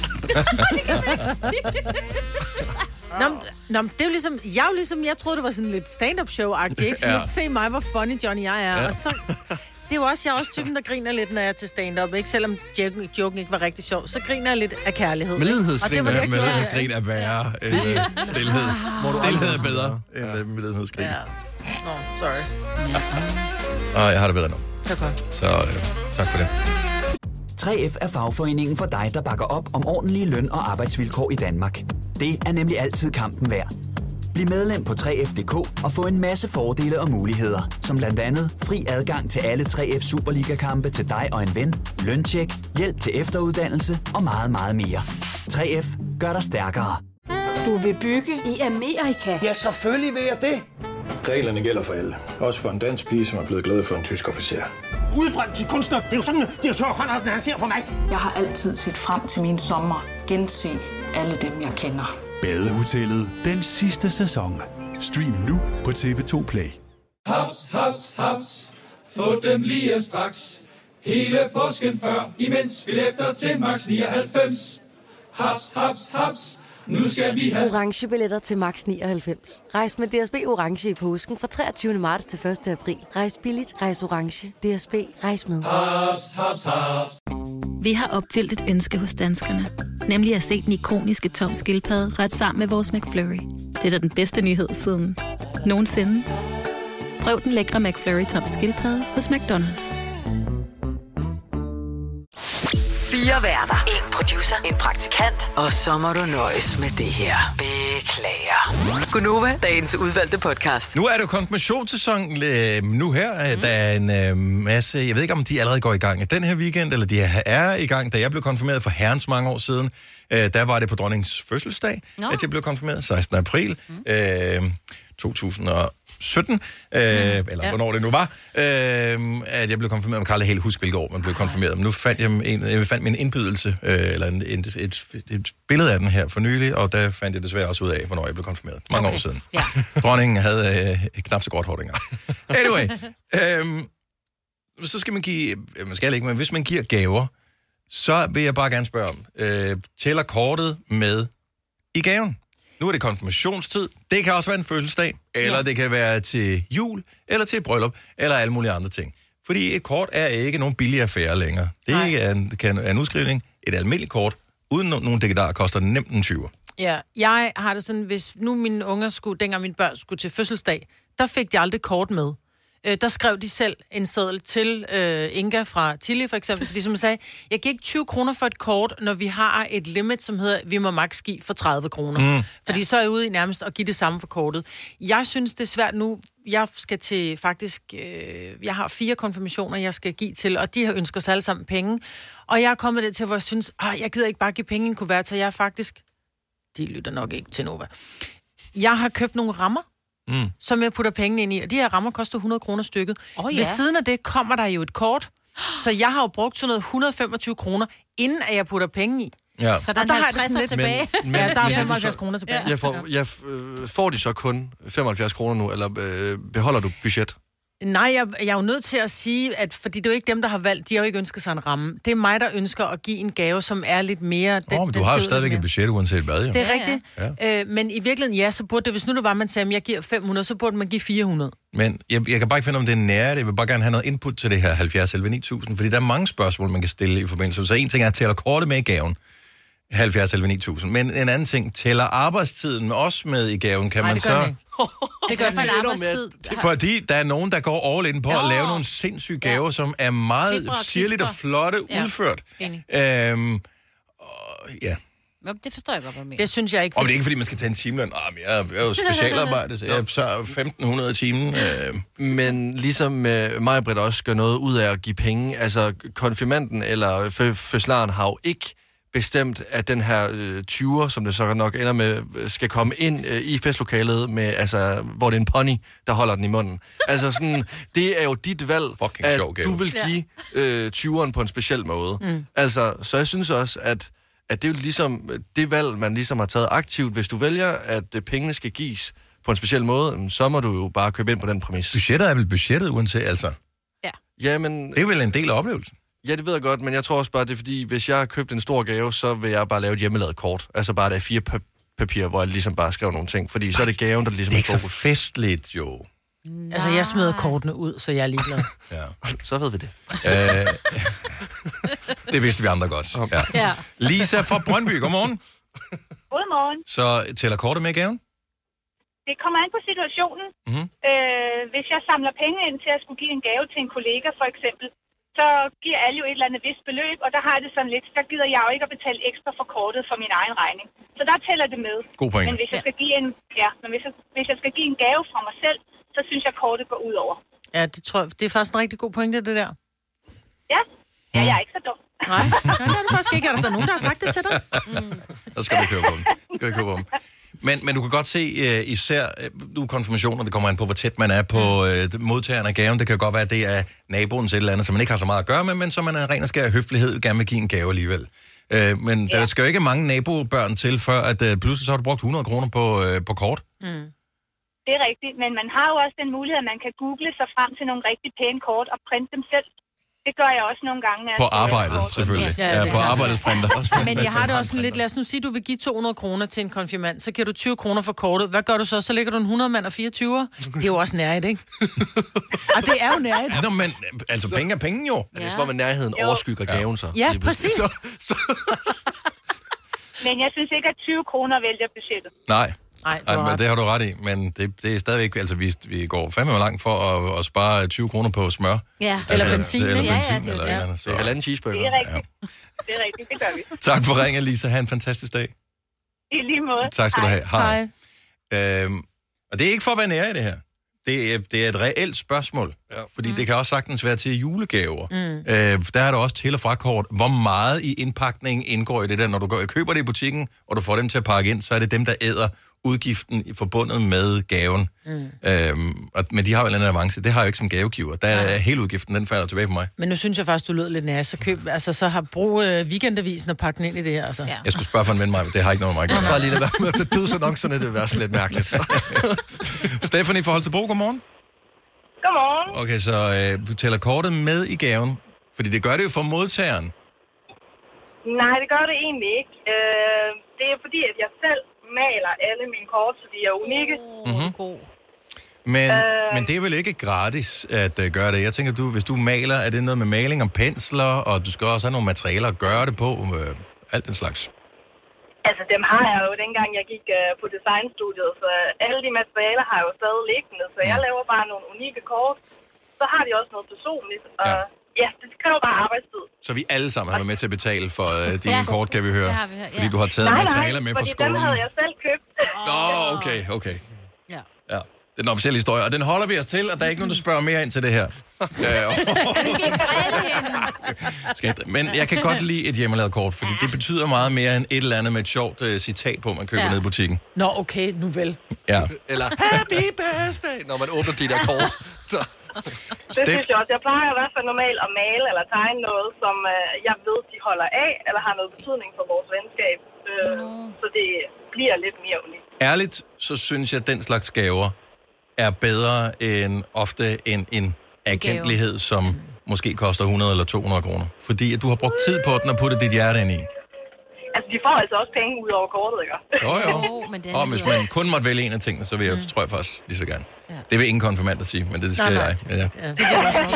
Nå, det er jo ligesom, jeg troede, det var sådan lidt stand-up show-agtigt, ikke? Så lidt, se mig, hvor funny Johnny jeg er. Ja. Og så, det er jo også, jeg er også typen, der griner lidt, når jeg er til stand-up, ikke? Selvom joken ikke var rigtig sjov, så griner jeg lidt af kærlighed. Medlidenhedsgrin er værre end stilhed. Stilhed er bedre end medlidenhedsgrin. Ja. Nå, sorry. Og jeg har det bedre nu. Tak for. Så tak for det. 3F er fagforeningen for dig, der bakker op om ordentlige løn- og arbejdsvilkår i Danmark. Det er nemlig altid kampen værd. Bliv medlem på 3F.dk og få en masse fordele og muligheder, som blandt andet fri adgang til alle 3F Superliga-kampe til dig og en ven, løntjek, hjælp til efteruddannelse og meget, meget mere. 3F gør dig stærkere. Du vil bygge i Amerika? Ja, selvfølgelig vil jeg det. Reglerne gælder for alle. Også for en dansk pige, som er blevet glad for en tysk officer. Udbrændt til kunstner. Det er jo sådan, at direktør Conradsen, han ser på mig. Jeg har altid set frem til min sommer. Gense alle dem, jeg kender. Badehotellet den sidste sæson. Stream nu på TV2 Play. Haps, haps, haps. Få dem lige straks. Hele påsken før, imens billetter til max 99. Haps, haps, haps. Nu skal vi have Orange billetter til max 99. Rejs med DSB Orange i påsken fra 23. marts til 1. april. Rejs billigt, rejs orange. DSB, rejs med. haps, haps, haps. Vi har opfyldt et ønske hos danskerne. Nemlig at se den ikoniske Tom Skildpadde ret sammen med vores McFlurry. Det er da den bedste nyhed siden nogensinde. Prøv den lækre McFlurry Tom Skildpadde hos McDonald's. 4 værter. 1 producer. 1 praktikant. Og så må du nøjes med det her. Beklager. Gunova, dagens udvalgte podcast. Nu er det jo konfirmationssæson nu her. Der er en masse, jeg ved ikke om de allerede går i gang den her weekend, eller de er i gang. Da jeg blev konfirmeret for herrens mange år siden, der var det på dronningens fødselsdag, at jeg blev konfirmeret, 16. april 2017, eller hvornår det nu var, at jeg blev konfirmeret. Man kan aldrig helt huske, hvilket år man blev konfirmeret. Men nu fandt jeg fandt min indbydelse, eller et billede af den her for nylig, og der fandt jeg desværre også ud af, hvornår jeg blev konfirmeret. Mange år siden. Ja. Dronningen havde knap så godt hår dengang. Anyway, så skal man give, man skal ikke, men hvis man giver gaver, så vil jeg bare gerne spørge om, tæller kortet med i gaven? Nu er det konfirmationstid. Det kan også være en fødselsdag, eller det kan være til jul, eller til et bryllup, eller alle mulige andre ting. Fordi et kort er ikke nogen billig affære længere. Det er ikke en udskrivning. Et almindeligt kort, uden nogen dækkedar, koster nemt en 20'er. Ja, jeg har det sådan, hvis nu mine unger skulle, dengang mine børn skulle til fødselsdag, der fik de aldrig kort med. Der skrev de selv en seddel til Inga fra Tilly, for eksempel, fordi som jeg sagde, jeg giver ikke 20 kroner for et kort, når vi har et limit, som hedder, vi må maks give for 30 kroner. Fordi så er jeg ude i nærmest at give det samme for kortet. Jeg synes, det er svært nu. Jeg skal til faktisk, jeg har 4 konfirmationer, jeg skal give til, og de har ønsket sig alle sammen penge. Og jeg er kommet det til, hvor jeg synes, jeg gider ikke bare give penge i en kuvert, så jeg er faktisk, de lytter nok ikke til Nova. Jeg har købt nogle rammer, som jeg putter pengene ind i, og de her rammer koster 100 kroner stykket. Ved siden af det kommer der jo et kort, så jeg har jo brugt sådan noget 125 kroner, inden at jeg putter penge i. Ja. Så der er 50 tilbage. Ja, der er 75 kroner tilbage. Får de så kun 75 kroner nu, eller beholder du budget? Nej, jeg er jo nødt til at sige, at fordi det er jo ikke dem, der har valgt, de har jo ikke ønsket sig en ramme. Det er mig, der ønsker at give en gave, som er lidt mere... men du har jo stadigvæk et budget, uanset hvad, jo. Det er rigtigt. Ja. Men i virkeligheden, så burde det, hvis nu det var, man sagde, at jeg giver 500, så burde man give 400. Men jeg kan bare ikke finde, om det er nære det. Jeg vil bare gerne have noget input til det her 70 11 9000, fordi der er mange spørgsmål, man kan stille i forbindelse. Så en ting er, at tæller kortet med i gaven, 70 11 9000. Men en anden ting, tæller arbejdstiden også med i gaven, kan man så... Det gør for en arbejdstid. Fordi der er nogen, der går all in på at lave nogle sindssyge gaver, som er meget sirligt og flotte udført. Det forstår jeg godt, hvad du mener. Det synes jeg ikke. Og det er ikke, fordi man skal tage en timeløn. Jeg er jo specialarbejde, så jeg tager 1.500 i timen. Men ligesom mig og Britt også gør noget ud af at give penge. Altså, konfirmanden eller fødselaren har jo ikke bestemt, at den her 20'er, som det så nok ender med, skal komme ind i festlokalet, med, altså, hvor det er en pony, der holder den i munden. Altså sådan, det er jo dit valg, at du vil give 20'eren på en speciel måde. Altså, så jeg synes også, at det er jo ligesom det valg, man ligesom har taget aktivt. Hvis du vælger, at pengene skal gives på en speciel måde, så må du jo bare købe ind på den præmis. Budgettet er vel budgettet, uanset altså? Ja. Jamen, det er vel en del af oplevelsen? Ja, det ved jeg godt, men jeg tror også bare, det er fordi, hvis jeg har købt en stor gave, så vil jeg bare lave et hjemmelavet kort. Altså bare der er 4 papirer, hvor jeg ligesom bare skriver nogle ting. Fordi så er det gaven, der ligesom er fokus. Det er ikke så festligt, jo. Altså, jeg smider kortene ud, så jeg er ligeglad. Ja. Så ved vi det. Det vidste vi andre godt. Ja. Lisa fra Brøndby, godmorgen. Godmorgen. Så tæller kortet med i gaven? Det kommer an på situationen. Hvis jeg samler penge ind til at skulle give en gave til en kollega, for eksempel, så giver alle jo et eller andet vist beløb, og der har jeg det sådan lidt, der gider jeg jo ikke at betale ekstra for kortet for min egen regning. Så der tæller det med. God point. Men hvis jeg skal give hvis jeg skal give en gave fra mig selv, så synes jeg, kortet går ud over. Ja, det tror jeg, det er faktisk en rigtig god pointe, det der. Ja, jeg er ikke så dum. Nej, det er det faktisk ikke. Er der nogen, der har sagt det til dig? Så skal du købe på dem. Men du kan godt se, især nu konfirmationer, det kommer an på, hvor tæt man er på modtageren af gaven. Det kan godt være, at det er naboens et eller andet, som man ikke har så meget at gøre med, men som man er ren og skær høflighed gerne vil give en gave alligevel. Men der skal jo ikke mange nabobørn til, før at pludselig så har du brugt 100 kroner på kort. Det er rigtigt, men man har jo også den mulighed, at man kan google sig frem til nogle rigtig pæne kort og printe dem selv. Det gør jeg også nogle gange. På arbejdet, selvfølgelig. Ja, på arbejdets printer. Men jeg har det også sådan lidt, lad os nu sige, du vil give 200 kroner til en konfirmand, så giver du 20 kroner for kortet. Hvad gør du så? Så lægger du en 100 mand og 24. Det er jo også nærigt, ikke? Og det er jo nærigt. Nå, men altså penge er penge jo. Ja. Det er som om, at nærheden overskygger gaven så. Ja, præcis. Men jeg synes ikke, at 20 kroner vælger budgettet. Nej. Men det har du ret i, men det er stadigvæk, altså vi går fandme langt for at spare 20 kroner på smør. Ja, eller benzin. Eller benzin, det eller andet. Det er halvanden cheeseburger. Det er rigtigt. Det er rigtigt, det gør vi. Tak for ringen, Lisa. Ha' en fantastisk dag. I lige måde. Tak skal du have. Hej. Og det er ikke for at være nære i det her. Det er et reelt spørgsmål, fordi det kan også sagtens være til julegaver. Der er der også til- og frakort. Hvor meget i indpakningen indgår i det der? Når du køber det i butikken, og du får dem til at pakke ind, så er det dem, der æder udgiften forbundet med gaven. Men de har jo en anden avance. Det har jeg jo ikke som gavegiver. Der er hele udgiften, den falder tilbage på mig. Men nu synes jeg faktisk, du lød lidt nær. Så har brug weekendavisen og pakke den ind i det her. Altså. Ja. Jeg skulle spørge for en ven mig, men det har ikke noget med mig at gøre. Bare lige lade være med at tage dødsannoncerne, det vil være så lidt mærkeligt. Stephanie fra Holstebro, godmorgen. Godmorgen. Okay, så du tæller kortet med i gaven, fordi det gør det jo for modtageren. Nej, det gør det egentlig ikke. Det er fordi, at jeg selv maler alle mine kort, så de er unikke. Men det er vel ikke gratis at gøre det? Jeg tænker, hvis du maler, er det noget med maling og pensler, og du skal også have nogle materialer at gøre det på, alt den slags? Altså, dem har jeg jo dengang, jeg gik på designstudiet, så alle de materialer har jeg jo stadig liggende, så jeg laver bare nogle unikke kort. Så har de også noget personligt, og ja, det kræver bare arbejdstid. Så vi alle sammen har været med til at betale for dine kort, kan vi høre? Fordi du har taget materialer med fra skolen. Nej, dem havde jeg selv købt. Okay. Ja. Det er den officielle historie, og den holder vi os til, og der er ikke nogen, der spørger mere ind til det her. Men jeg kan godt lide et hjemmelavet kort, fordi det betyder meget mere end et eller andet med et sjovt citat på, man køber ned i butikken. Nå, okay, nu vel. Ja. Eller happy birthday, når man åbner de der kort. Det synes jeg også. Jeg plejer i hvert fald normalt at male eller tegne noget, som jeg ved, de holder af, eller har noget betydning for vores venskab. Så det bliver lidt mere unikt. Ærligt, så synes jeg, at den slags gaver er bedre end ofte en erkendelighed, som måske koster 100 eller 200 kroner. Fordi at du har brugt tid på den og puttet dit hjerte ind i. Altså, de får altså også penge ud over kortet, ikke? Jo. Og hvis man kun måtte vælge en af tingene, så vil jeg, tror jeg faktisk lige så gerne. Ja. Det vil ingen konfirmand at sige, men det siger jeg. Ja. Det vil også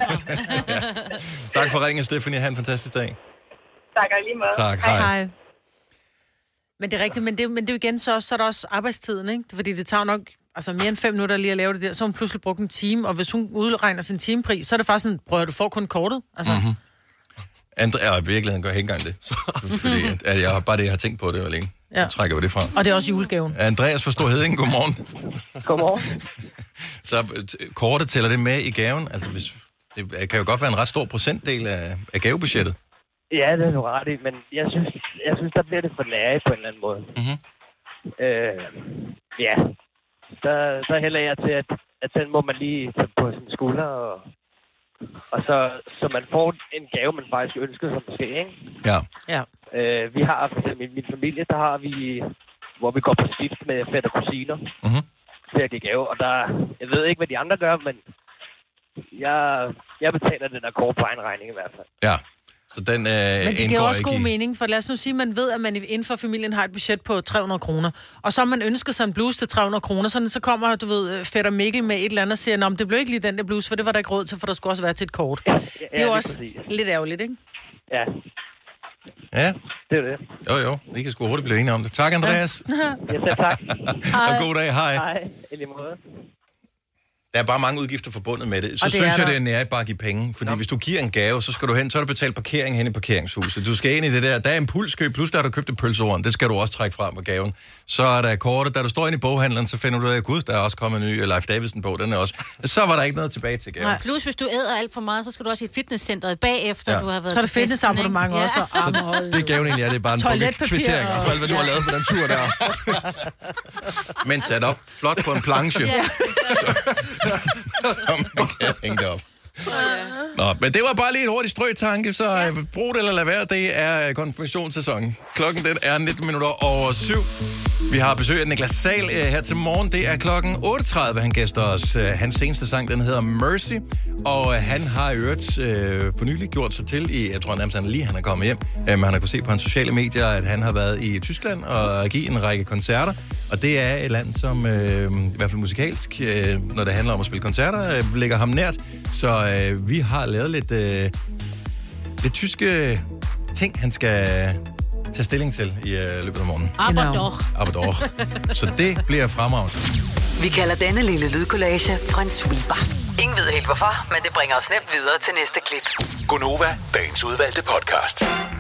Tak for ringen, Stephanie. Ha' en fantastisk dag. Tak, og lige måde. Tak, hej. Men det er rigtigt, men det er jo igen så er der også arbejdstiden, ikke? Fordi det tager nok mere end 5 minutter lige at lave det der, så hun pludselig brugt en time, og hvis hun udregner sin timepris, så er det faktisk sådan, prøv at du får kun kortet. Andrea, i virkeligheden gør ikke engang det. Fordi at jeg har bare det, jeg har tænkt på det jo længe. Ja. Så trækker vi det fra. Og det er også julegaven. Andreas fra Storhedingen, godmorgen. Godmorgen. Så kortet tæller det med i gaven? Altså, det kan jo godt være en ret stor procentdel af gavebudgettet. Ja, det er du ret i, men jeg synes, der bliver det for nære på en eller anden måde. Så hælder jeg til, at den må man lige tage på sin skulder, og så man får en gave, man faktisk ønsker sig måske, ikke? Ja. Vi har for eksempel i min familie, der har vi, hvor vi går på skift med fætter og kusiner, til at give gave, og jeg ved ikke, hvad de andre gør, men jeg betaler den der kort på egen regning i hvert fald. Ja. Så den men det giver også god mening, for lad os nu sige, at man ved, at man inden for familien har et budget på 300 kroner, og så man ønsker sig en bluse til 300 kroner, så kommer, du ved, fætter Mikkel med et eller andet og siger, det blev ikke lige den der bluse, for det var der ikke råd til, for der skulle også være til et kort. Det er jo også lidt ærgerligt, ikke? Ja. Ja. Det er det. Jo. I kan sgu hurtigt blive enige om det. Tak, Andreas. Ja, tak. Og god dag. Hej. Hej. I lige måde. Der er bare mange udgifter forbundet med det. Så synes jeg, det er nært bare at give penge. Fordi hvis du giver en gave, så skal du hen, så har du betalt parkering hen i parkeringshuset. Du skal ind i det der. Der er impulskøb, plus der har du købt et pølsehorn. Det skal du også trække frem på gaven. Så er der kortet. Da du står inde i boghandleren, så finder du ud af, gud, der er også kommet en ny Leif Davidsen-bog. Den er også. Så var der ikke noget tilbage til gaven. Plus, hvis du æder alt for meget, så skal du også i fitnesscenteret bagefter, du har været. Så er det fitnessabonnement også. Så det gaven egentlig er, det er bare en bunke kvitteringer for alt, hvad du har lavet på den tur der. Men sat op flot på en planche. Så man kan hænge det op. Nå, men det var bare lige et hurtigt strøtanke, så brug det eller lad være. Det er konfirmationssæson. Klokken den er 7:19. Vi har besøg af Niklas Sahl her til morgen. Det er klokken 8:30, han gæster os. Hans seneste sang, den hedder Mercy. Og han har i øvrigt for nylig gjort sig til, jeg tror nærmest han er kommet hjem, men han har kunnet se på hans sociale medier, at han har været i Tyskland og givet en række koncerter. Og det er et land, som i hvert fald musikalsk, når det handler om at spille koncerter, ligger ham nært. Så vi har lavet lidt tyske ting, han skal tage stilling til i løbet af morgenen. Aber Så det bliver fremragende. Vi kalder denne lille lydkollage en sweeper. Ingen ved helt hvorfor, men det bringer os nemt videre til næste klip. Gonova, dagens udvalgte podcast.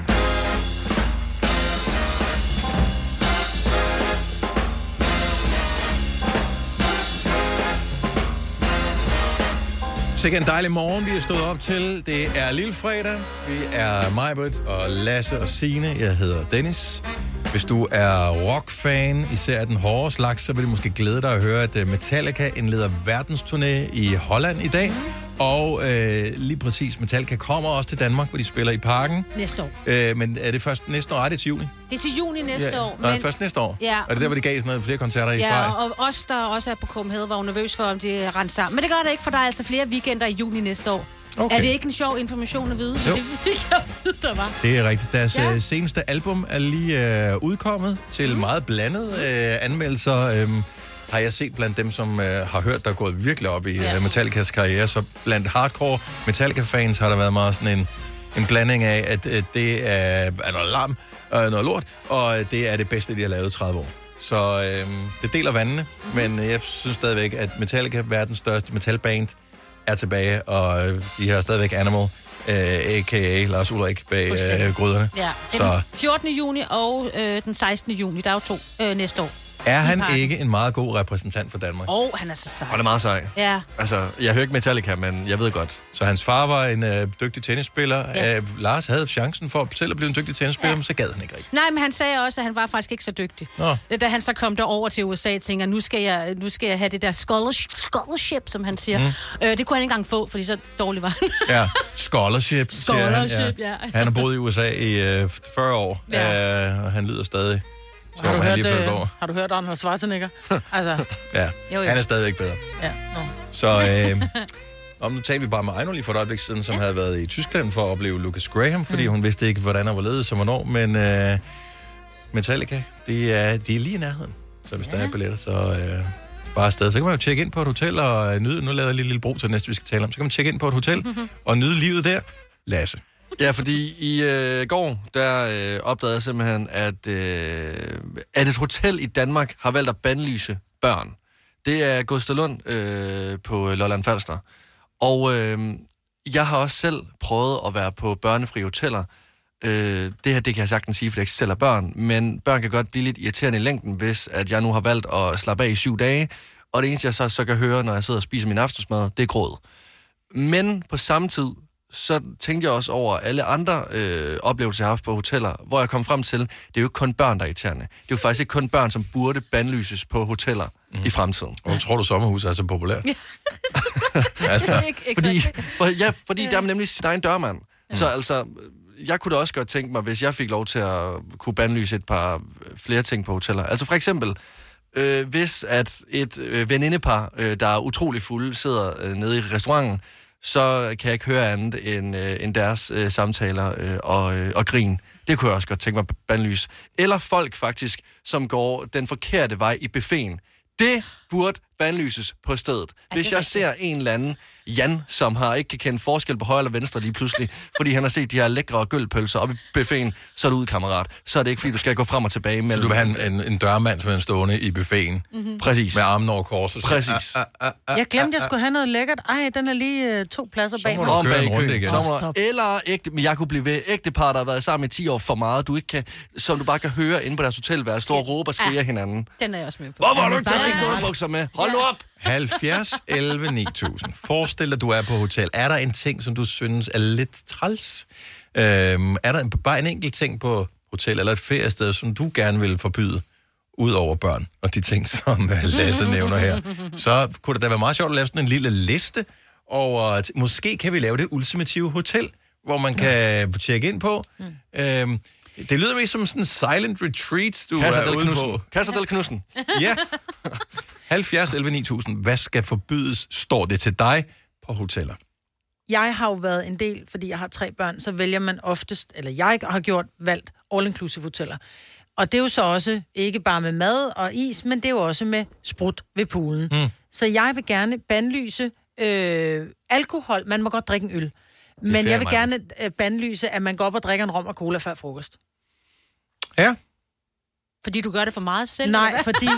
Sikke en dejlig morgen, vi er stået op til. Det er lille fredag. Vi er Majbert og Lasse og Signe. Jeg hedder Dennis. Hvis du er rockfan, især den hårde slags, så vil det måske glæde dig at høre, at Metallica indleder verdensturné i Holland i dag. Og lige præcis, Metallica kommer også til Danmark, hvor de spiller i Parken. Næste år. Men er det først næste år? Er det til juni? Det er til juni næste år. Nej, først næste år? Ja. Er det der, hvor de gav sådan noget, flere koncerter i streg? Ja, og os, der også er på Copenhagen, var nervøs for, om de rendte sammen. Men det gør det ikke, for der er altså flere weekender i juni næste år. Okay. Er det ikke en sjov information at vide? Jo. Det fik jeg at vide, der var. Det er rigtigt. Deres seneste album er lige udkommet til meget blandede anmeldelser. Har jeg set blandt dem, som har hørt, der er gået virkelig op i Metallicas karriere. Så blandt hardcore Metallica-fans har der været meget sådan en blanding af, at det er noget larm, noget lort, og det er det bedste, de har lavet i 30 år. Så det deler vandene, men jeg synes stadigvæk, at Metallica, verdens største metalband, er tilbage, og de har stadigvæk Animal, a.k.a. Lars Ulrik bag gryderne. Ja, det er den 14. juni og den 16. juni. Der er jo 2 næste år. Er han ikke en meget god repræsentant for Danmark? Han er så sej. Han er meget sej. Ja. Altså, jeg hører ikke Metallica, men jeg ved godt. Så hans far var en dygtig tennisspiller. Ja. Lars havde chancen for selv at blive en dygtig tennisspiller, men så gad han ikke rigtigt. Nej, men han sagde også, at han var faktisk ikke så dygtig. Nå. Da han så kom derover til USA og tænker, nu skal jeg have det der scholarship, som han siger. Det kunne han ikke engang få, fordi så dårlig var han. Ja, scholarship, han. Ja. Han har boet i USA i 40 år, og han lyder stadig... Har du hørt Arnold Schwarzenegger? Altså. Ja, han er stadigvæk bedre. Ja, Så nu talte vi bare med Ejno lige for et øjeblik siden, som havde været i Tyskland for at opleve Lucas Graham, fordi hun vidste ikke, hvordan han var ledet som hvornår, men Metallica, de er lige i nærheden. Så hvis der er billetter, så bare afsted. Så kan man jo tjekke ind på et hotel og nyde, nu laver jeg lige en lille bro til næste, vi skal tale om, så kan man tjekke ind på et hotel og nyde livet der. Lasse. Ja, fordi i går, der opdagede jeg simpelthen, at et hotel i Danmark har valgt at bandlyse børn. Det er Gustaflund på Lolland Falster. Og jeg har også selv prøvet at være på børnefri hoteller. Det her, det kan jeg sagtens sige, for jeg ikke selv er børn. Men børn kan godt blive lidt irriterende i længden, hvis at jeg nu har valgt at slappe af i 7 dage. Og det eneste, jeg så kan høre, når jeg sidder og spiser min aftensmad, det er gråd. Men på samme tid, så tænkte jeg også over alle andre oplevelser, jeg har haft på hoteller, hvor jeg kom frem til, det er jo ikke kun børn, der er irriterende. Det er jo faktisk ikke kun børn, som burde bandlyses på hoteller i fremtiden. Og tror du, sommerhus er så populært? Altså, fordi der er nemlig sin egen dørmand. Så altså, jeg kunne da også godt tænke mig, hvis jeg fik lov til at kunne bandlyse et par flere ting på hoteller. Altså for eksempel, hvis at et venindepar, der er utrolig fulde, sidder nede i restauranten, så kan jeg ikke høre andet end deres samtaler og grin. Det kunne jeg også godt tænke mig at bandlyse. Eller folk faktisk, som går den forkerte vej i buffeten. Det burde bandlyses på stedet. Hvis jeg ser en eller anden Jan, som ikke kan kende forskel på højre eller venstre lige pludselig, fordi han har set de her lækre gølpølser op i buffeten, så er du ude, kammerat. Så er det ikke, fordi du skal gå frem og tilbage mellem... Så du vil have en dørmand, som er stående i buffeten. Mm-hmm. Præcis. Med armen over korset. Præcis. Jeg glemte, jeg skulle have noget lækkert. Ej, den er lige 2 pladser bag mig. Så må du køre en runde igen. Eller ægte, men jeg kunne blive ved ægtepar, der har været sammen i 10 år for meget, du ikke kan, som du bare kan høre inde på deres hotelværelse, stå og råbe og skrige hinanden. Den er jeg også med på. Hvorfor har du ikke taget ekstra bukser med? Hold nu op! 70 11 9000. Forestil dig, du er på hotel. Er der en ting, som du synes er lidt træls? Er der bare en enkelt ting på hotel eller et feriested, som du gerne vil forbyde, ud over børn og de ting, som Lasse nævner her? Så kunne det da være meget sjovt at lave sådan en lille liste over... Måske kan vi lave det ultimative hotel, hvor man kan tjekke ind på. Det lyder mest som sådan en silent retreat, du Casa er del ude Knudsen. på. Casa del Knudsen. Ja. 70 11 9000. Hvad skal forbydes? Står det til dig på hoteller? Jeg har jo været en del, fordi jeg har 3 børn, så vælger man oftest, eller jeg har valgt all-inclusive hoteller. Og det er jo så også ikke bare med mad og is, men det er jo også med sprut ved poolen. Så jeg vil gerne bandlyse alkohol. Man må godt drikke en øl. Men jeg vil gerne bandlyse, at man går op og drikker en rom og cola før frokost. Ja. Fordi du gør det for meget selv? Nej, fordi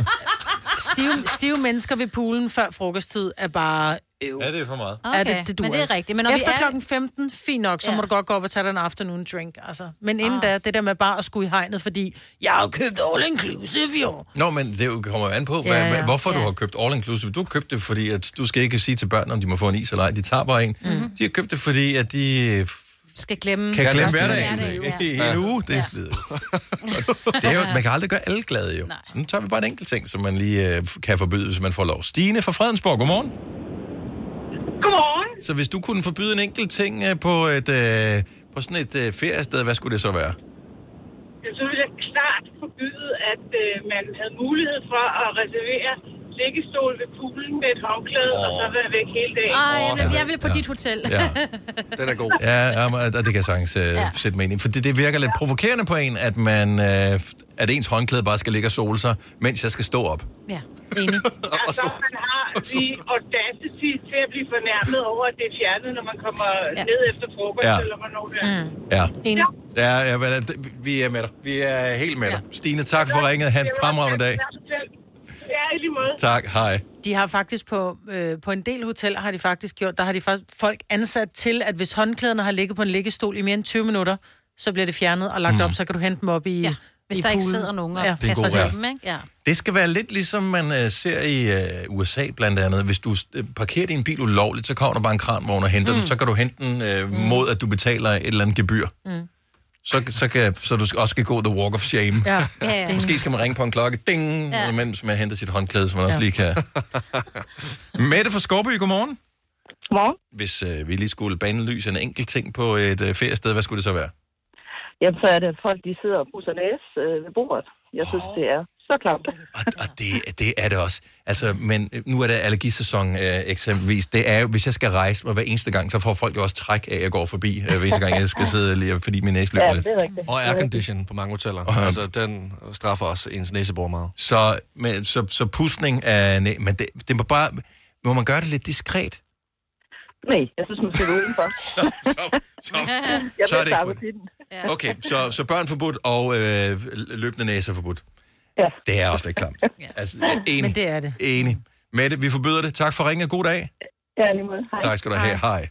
stive mennesker ved poolen før frokosttid er bare Ja, det er for meget. Okay, men det er rigtigt. Men efter klokken 15, fint nok, så må du godt gå op og tage den afternoon drink. Altså. Men inden da, det der med bare at skulle i hegnet, fordi jeg har købt all-inclusive, jo. Nå, men det kommer an på, hvorfor du har købt all-inclusive. Du har købt det, fordi at du skal ikke sige til børn, om de må få en is eller ej. De tager bare en. De har købt det, fordi at de... skal glemme hverdagen i en uge. Det er jo, man kan aldrig gøre alle glade, jo. Så nu tager vi bare en enkelt ting, som man lige kan forbyde, hvis man får lov. Stine fra Fredensborg, godmorgen. Godmorgen. Så hvis du kunne forbyde en enkelt ting på sådan et feriested, hvad skulle det så være? Så ville jeg klart forbyde, at man havde mulighed for at reservere liggestol ved poolen med et håndklæde, og så være væk hele dagen. Jeg vil på dit hotel. Ja. Den er god. Ja, og det kan jeg sagtens sætte mig ind i. For det virker lidt provokerende på en, at ens håndklæde bare skal ligge og sole sig, mens jeg skal stå op. Ja, enig. Altså, man har the audacity til at blive fornærmet over, at det er fjernet, når man kommer ned efter frokost, eller hvornår det er. Ja. Enig. Ja, vi er med dig. Vi er helt med dig. Stine, tak for ringet. Ha' en fremragende dag. Ja, i lige måde. Tak, hej. De har faktisk på en del hoteller har de faktisk gjort, der har de faktisk folk ansat til, at hvis håndklæderne har ligget på en liggestol i mere end 20 minutter, så bliver det fjernet og lagt op, så kan du hente dem op i hvis i der ikke poolen. sidder nogen og Det er passer god, til dem, ikke? Ja. Det skal være lidt ligesom man ser i USA blandt andet. Hvis du parkerer din bil ulovligt, så kommer der bare en kranvogn og henter den. Så kan du hente den mod, at du betaler et eller andet gebyr. Så du også skal gå the walk of shame. Ja. Måske skal man ringe på en klokke, ding, mens man henter sit håndklæde, så man også lige kan... Mette fra Skovby, godmorgen. Godmorgen. Hvis vi lige skulle banelyse en enkelt ting på et feriested, hvad skulle det så være? Jamen, så er det, at folk de sidder og pusser næse ved bordet. Jeg synes, det er så klamt. Og det er det også. Altså, men nu er det allergisæson eksempelvis. Det er jo, hvis jeg skal rejse mig hver eneste gang, så får folk jo også træk af, at jeg går forbi, hver eneste gang jeg skal sidde lige, fordi min næse løber lidt. Ja, det er rigtigt. Og aircondition på mange hoteller. Altså, den straffer også ens næsebor meget. Så pudsning af... Men det må bare... Må man gøre det lidt diskret? Nej, jeg synes, man skal gå udenfor. Så er det ikke på den. Okay, så børn forbudt og løbende næser forbudt. Ja. Det er også lidt klamt. Altså, enig. Men det er det. Enig. Mette, vi forbyder det. Tak for ringen. God dag. Ja, lige måde. Hej. Tak skal du have. Hej.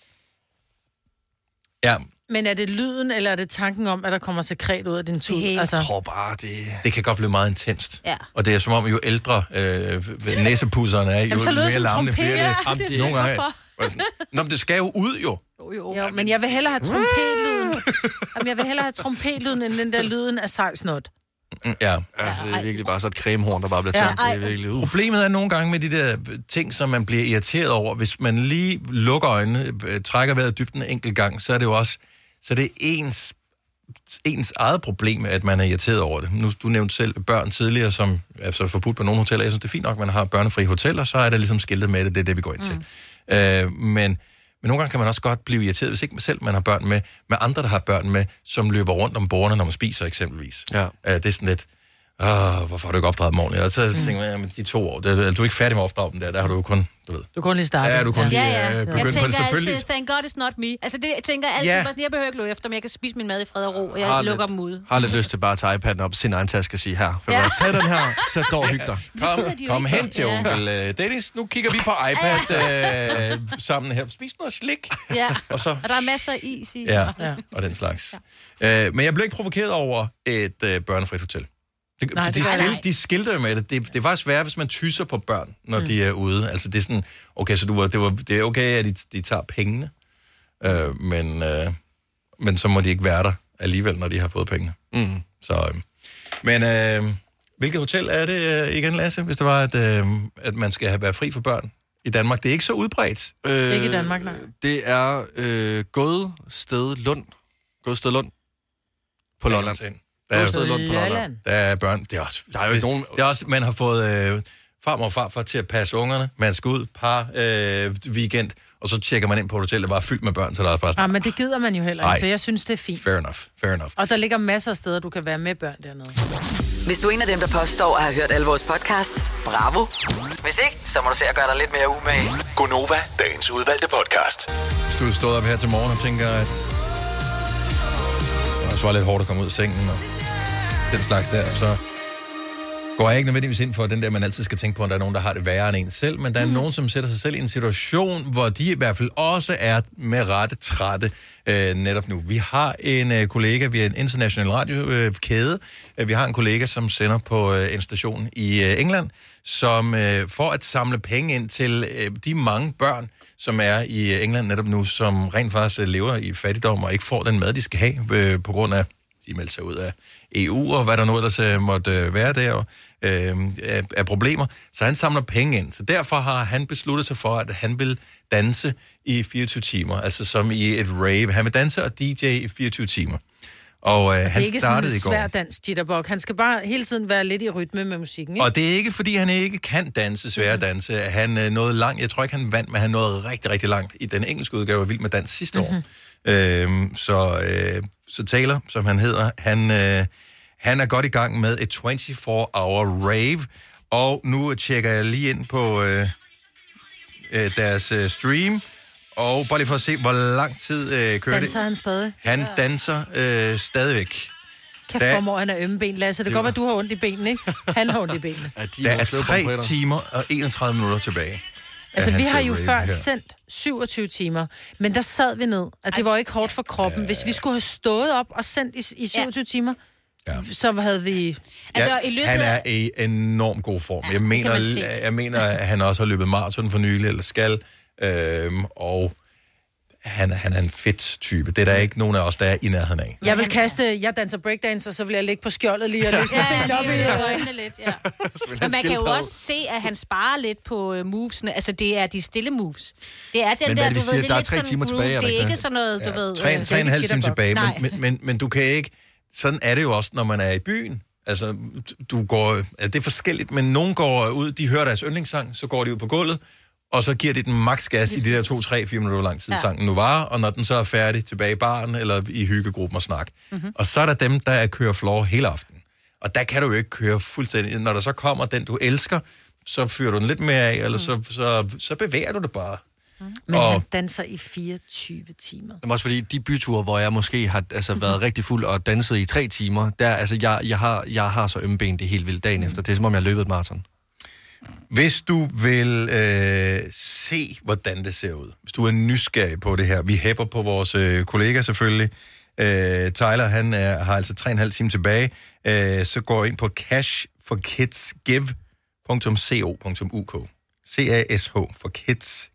Ja. Men er det lyden, eller er det tanken om, at der kommer sekret ud af din tud? Jeg tror bare, det kan godt blive meget intenst. Ja. Og det er som om, jo ældre næsepusserne er, jo mere larmende bliver det. Nogle gange. Nå, men det skal jo ud, jo. Jo, men jeg vil hellere have trompetlyden. Jeg vil hellere have trompetlyden, end den der lyden af sejlsnot. Ja. Altså, det er virkelig bare så et cremehorn, der bare bliver tændt. Det er virkelig Problemet er nogle gange med de der ting, som man bliver irriteret over. Hvis man lige lukker øjnene, trækker vejret dybden en enkelt gang, så er det jo også så det er ens eget problem, at man er irriteret over det. Nu, du nævnte selv børn tidligere, som er så forbudt på nogle hoteller. Jeg synes, det er fint nok, at man har børnefri hoteller, så er der ligesom skiltet med det. Det er det, vi går ind til. Men nogle gange kan man også godt blive irriteret, hvis ikke selv man har børn med andre, der har børn med, som løber rundt om bordene, når man spiser eksempelvis. Ja. Det er sådan lidt, hvorfor har du ikke opdraget dem ordentligt? Og så tænker jeg, men de 2 år, du er ikke færdig med at opdrage dem der har du jo kun, du ved. Du kun lige startet. Ja, du kun lige begyndt på det, selvfølgelig. Altid, thank God it's not me. Altså det tænker jeg altid, sådan, jeg behøver ikke løbe efter, men jeg kan spise min mad i fred og ro, og jeg lukker dem ud. Har lidt lyst til bare at tage iPad'en op, sin egen taske og sige, her, tag den her, sæt dog og hyg dig. Kom hen til onkel Dennis, nu kigger vi på iPad sammen her. Spis noget slik. Ja, og der er masser af is i. Ja, og den slags. Men jeg blev ikke provokeret over et børnefrit hotel. De skilter jo med det. Det er faktisk svært, hvis man tysser på børn, når de er ude. Altså det er sådan, okay, så det er okay, at de tager pengene, men så må de ikke være der alligevel, når de har fået pengene. Men hvilket hotel er det igen, Lasse, hvis det var, at man skal være fri for børn? i Danmark. Det er ikke så udbredt. Ikke i Danmark, nej. Det er Gåsted Lund. Gåsted Lund på Lolland. Gåsted Lund på Lolland. Der er børn. Det er også, der er jo ikke nogen... Det er også, man har fået farmor og farfar til at passe ungerne. Man skal ud weekend, og så tjekker man ind på et hotel, der var fyldt med børn, så der er faktisk... Ja, men det gider man jo heller ikke, så jeg synes, det er fint. Fair enough. Og der ligger masser af steder, du kan være med børn dernede. Hvis du er en af dem, der påstår at have hørt alle vores podcasts, bravo. Hvis ikke, så må du se at gøre dig lidt mere umage. Gonova, dagens udvalgte podcast. Hvis du stod op her til morgen og tænker, at det også var lidt hårdt at komme ud af sengen og den slags der, så går jeg ikke nødvendigvis ind for den der, man altid skal tænke på, at der er nogen, der har det værre end en selv, men der er nogen, som sætter sig selv i en situation, hvor de i hvert fald også er med rette trætte netop nu. Vi har en kollega, vi er en international radiokæde, vi har en kollega, som sender på en station i England, som for at samle penge ind til de mange børn, som er i England netop nu, som rent faktisk lever i fattigdom og ikke får den mad, de skal have på grund af, de melder sig ud af EU og hvad der nu ellers måtte være der af problemer. Så han samler penge ind. Så derfor har han besluttet sig for, at han vil danse i 24 timer. Altså som i et rave. Han vil danse og DJ i 24 timer. Og han startede i går. Det er ikke sådan en svær dans, jitterbug. Han skal bare hele tiden være lidt i rytme med musikken, ikke? Og det er ikke, fordi han ikke kan danse, svære danse. Han nåede langt. Jeg tror ikke, han vandt, men han nåede rigtig, rigtig langt i den engelske udgave af Vild med Dans sidste år. Så Taylor, som han hedder, han er godt i gang med et 24-hour rave, og nu tjekker jeg lige ind på deres stream, og bare lige for at se, hvor lang tid kører det. Danser han stadig? Han danser stadigvæk. Kæft, hvor han er ømme ben, Lasse. Det går, at du har ondt i benene, ikke? Han har ondt i benene. Der er 3 timer og 31 minutter tilbage. Altså, vi har jo før sendt 27 timer, men der sad vi ned, at det var ikke hårdt for kroppen. Hvis vi skulle have stået op og sendt i 27 timer, så havde vi... Altså, han er i enormt god form. Jeg mener, at han også har løbet maraton for nylig, eller skal, og han er en fedt type. Det er der ikke nogen af os, der er i nærheden af. Jeg danser breakdance, og så vil jeg ligge på skjoldet lige og lægge ben op i øjnene lidt, ja. Men man kan jo også se, at han sparer lidt på movesene. Altså, det er de stille moves. Det er den der, du ved, det er lidt sådan groove. Det er ikke sådan noget, du ved... 3,5 timer tilbage, men du kan ikke... Sådan er det jo også, når man er i byen. Altså, det er forskelligt, men nogen går ud, de hører deres yndlingssang, så går de ud på gulvet, og så giver de den maks gas i de der 2, 3, 4 minutter lang tid, sangen nu var, og når den så er færdig, tilbage i baren eller i hyggegruppen og snak. Mm-hmm. Og så er der dem, der kører floor hele aftenen. Og der kan du jo ikke køre fuldstændig. Når der så kommer den, du elsker, så fyrer du den lidt mere af, eller så bevæger du det bare. Men han danser i 24 timer. Men også fordi de byture, hvor jeg måske har været rigtig fuld og danset i 3 timer, der, jeg har så ømme ben, det er helt vildt dagen efter. Det er som om, jeg har løbet et maraton. Hvis du vil se, hvordan det ser ud, hvis du er nysgerrig på det her, vi hæpper på vores kollega selvfølgelig, Tyler, han har altså 3,5 timer tilbage, så går ind på cashforkidsgive.co.uk. CASH for kids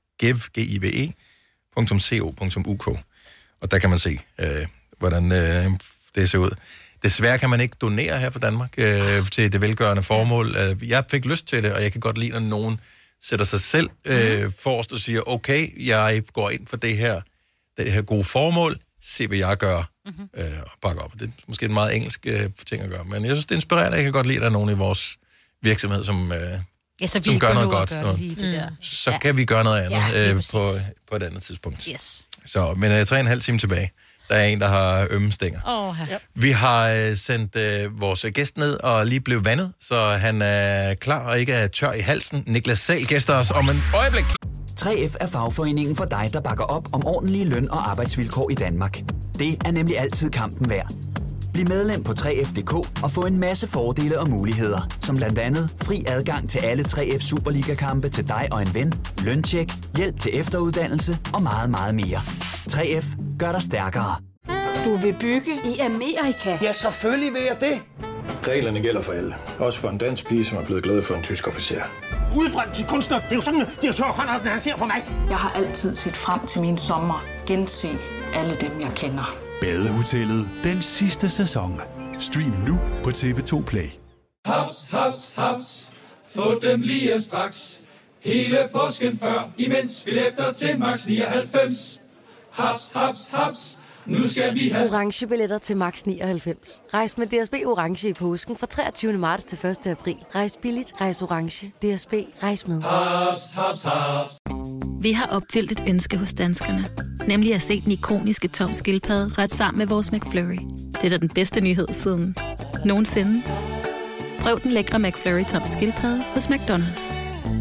give.co.uk. Og der kan man se, hvordan det ser ud. Desværre kan man ikke donere her fra Danmark til det velgørende formål. Jeg fik lyst til det, og jeg kan godt lide, når nogen sætter sig selv forrest og siger, okay, jeg går ind for det her gode formål, se hvad jeg gør, og bakke op. Det er måske en meget engelsk ting at gøre, men jeg synes, det er inspirerende. Jeg kan godt lide, at der er nogen i vores virksomhed, som gør noget godt. Så kan vi gøre noget andet på et andet tidspunkt. Yes. Så, men 3,5 timer tilbage. Der er en, der har ømme stænger. Vi har sendt vores gæst ned og lige blev vandet, så han er klar og ikke er tør i halsen. Niklas Sahl gæster os om en øjeblik. 3F er fagforeningen for dig, der bakker op om ordentlige løn- og arbejdsvilkår i Danmark. Det er nemlig altid kampen værd. Bliv medlem på 3F.dk og få en masse fordele og muligheder, som blandt andet fri adgang til alle 3F Superliga-kampe til dig og en ven, løntjek, hjælp til efteruddannelse og meget, meget mere. 3F gør dig stærkere. Du vil bygge i Amerika? Ja, selvfølgelig vil jeg det. Reglerne gælder for alle. Også for en dansk pige, som er blevet glad for en tysk officer. Udbrændt til kunstner. Det er jo sådan, at direktør Conradsen, han ser på mig. Jeg har altid set frem til min sommer. Gense alle dem, jeg kender. Badehotellet den sidste sæson. Stream nu på TV2 Play. Haps, haps, haps. Få dem lige straks. Hele påsken før, imens billetter til max 99. Haps, haps, haps. Nu skal vi have Orange billetter til max 99. Rejs med DSB Orange i påsken fra 23. marts til 1. april. Rejs billigt, rejs orange. DSB, rejs med. haps, haps, haps. Vi har opfyldt et ønske hos danskerne. Nemlig at se den ikoniske tom skildpadde ret sammen med vores McFlurry. Det er da den bedste nyhed siden nogensinde. Prøv den lækre McFlurry tom skildpadde hos McDonald's.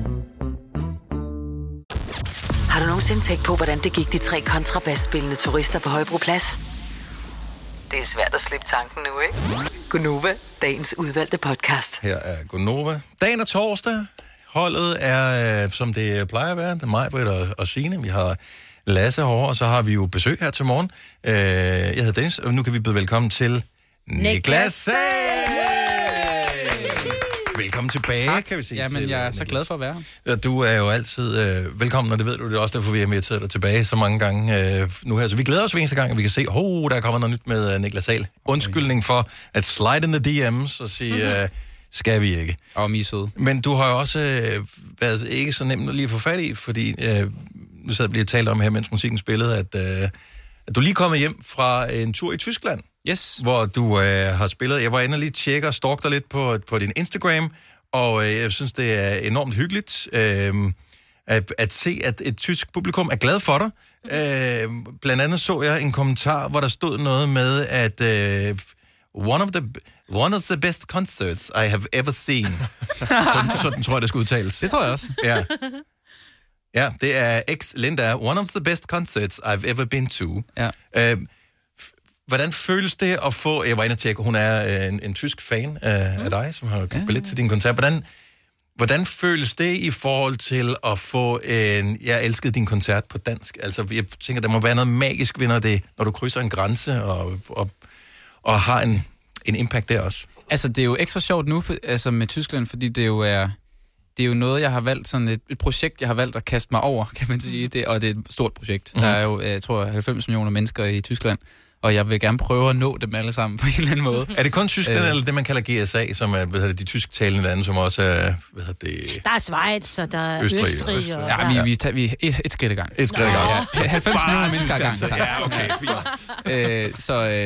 Har du nogensinde tænkt på, hvordan det gik de 3 kontrabasspillende turister på Højbroplads? Det er svært at slippe tanken nu, ikke? Gunova, dagens udvalgte podcast. Her er Gunova. Dagen er torsdag. Holdet er, som det plejer at være, det er mig, Britt og Signe. Vi har Lasse herovre, og så har vi jo besøg her til morgen. Jeg hedder Dennis, og nu kan vi byde velkommen til Niklas. Velkommen tilbage, tak. Kan vi sige. Jamen, jeg er så glad for at være her. Du er jo altid velkommen, og det ved du. Det er også derfor, vi har inviteret dig tilbage så mange gange nu her. Så vi glæder os hver eneste gang, at vi kan se, der kommer noget nyt med Niklas Sahl. Undskyldning for at slide in the DM's og sige, skal vi ikke. Og mi søde. Men du har jo også været ikke så nemt lige at få fat i, fordi nu sad vi lige og talte om her, mens musikken spillede, at du lige kommet hjem fra en tur i Tyskland. Yes. Hvor du har spillet. Jeg var inde og lige tjekke og stalkede dig lidt på din Instagram, og jeg synes, det er enormt hyggeligt at se, at et tysk publikum er glad for dig. Blandt andet så jeg en kommentar, hvor der stod noget med, at one of the best concerts I have ever seen. Sådan tror jeg, det skal udtales. Det tror jeg også. Ja. Ja, det er Linda. One of the best concerts I've ever been to. Ja. Hvordan føles det at få... Jeg var inde og tjekke, hun er en tysk fan af dig, som har købt billet til din koncert. Hvordan føles det i forhold til at få en... Jeg elskede din koncert på dansk. Altså, jeg tænker, der må være noget magisk ved, når du krydser en grænse og har en impact der også. Altså, det er jo ekstra sjovt nu med Tyskland, fordi det er jo noget, jeg har valgt, sådan et projekt, jeg har valgt at kaste mig over, kan man sige. Og det er et stort projekt. Der er jo, jeg tror, 90 millioner mennesker i Tyskland, og jeg vil gerne prøve at nå dem alle sammen på en eller anden måde. Er det kun Tyskland, eller det, man kalder GSA, som er de tysktalende lande, som også er, Der er Schweiz, og der er Østrig. Og ja, vi er et skridt i gang. Et skridt i gang. Ja, 90 millioner mennesker i gang. Ja, okay, fint.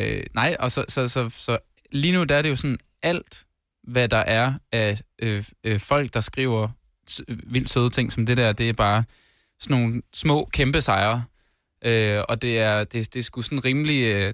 Så lige nu, der er det jo sådan alt, hvad der er af folk, der skriver vildt søde ting som det der, det er bare sådan nogle små, kæmpe sejre. Og det er sgu sådan rimelig...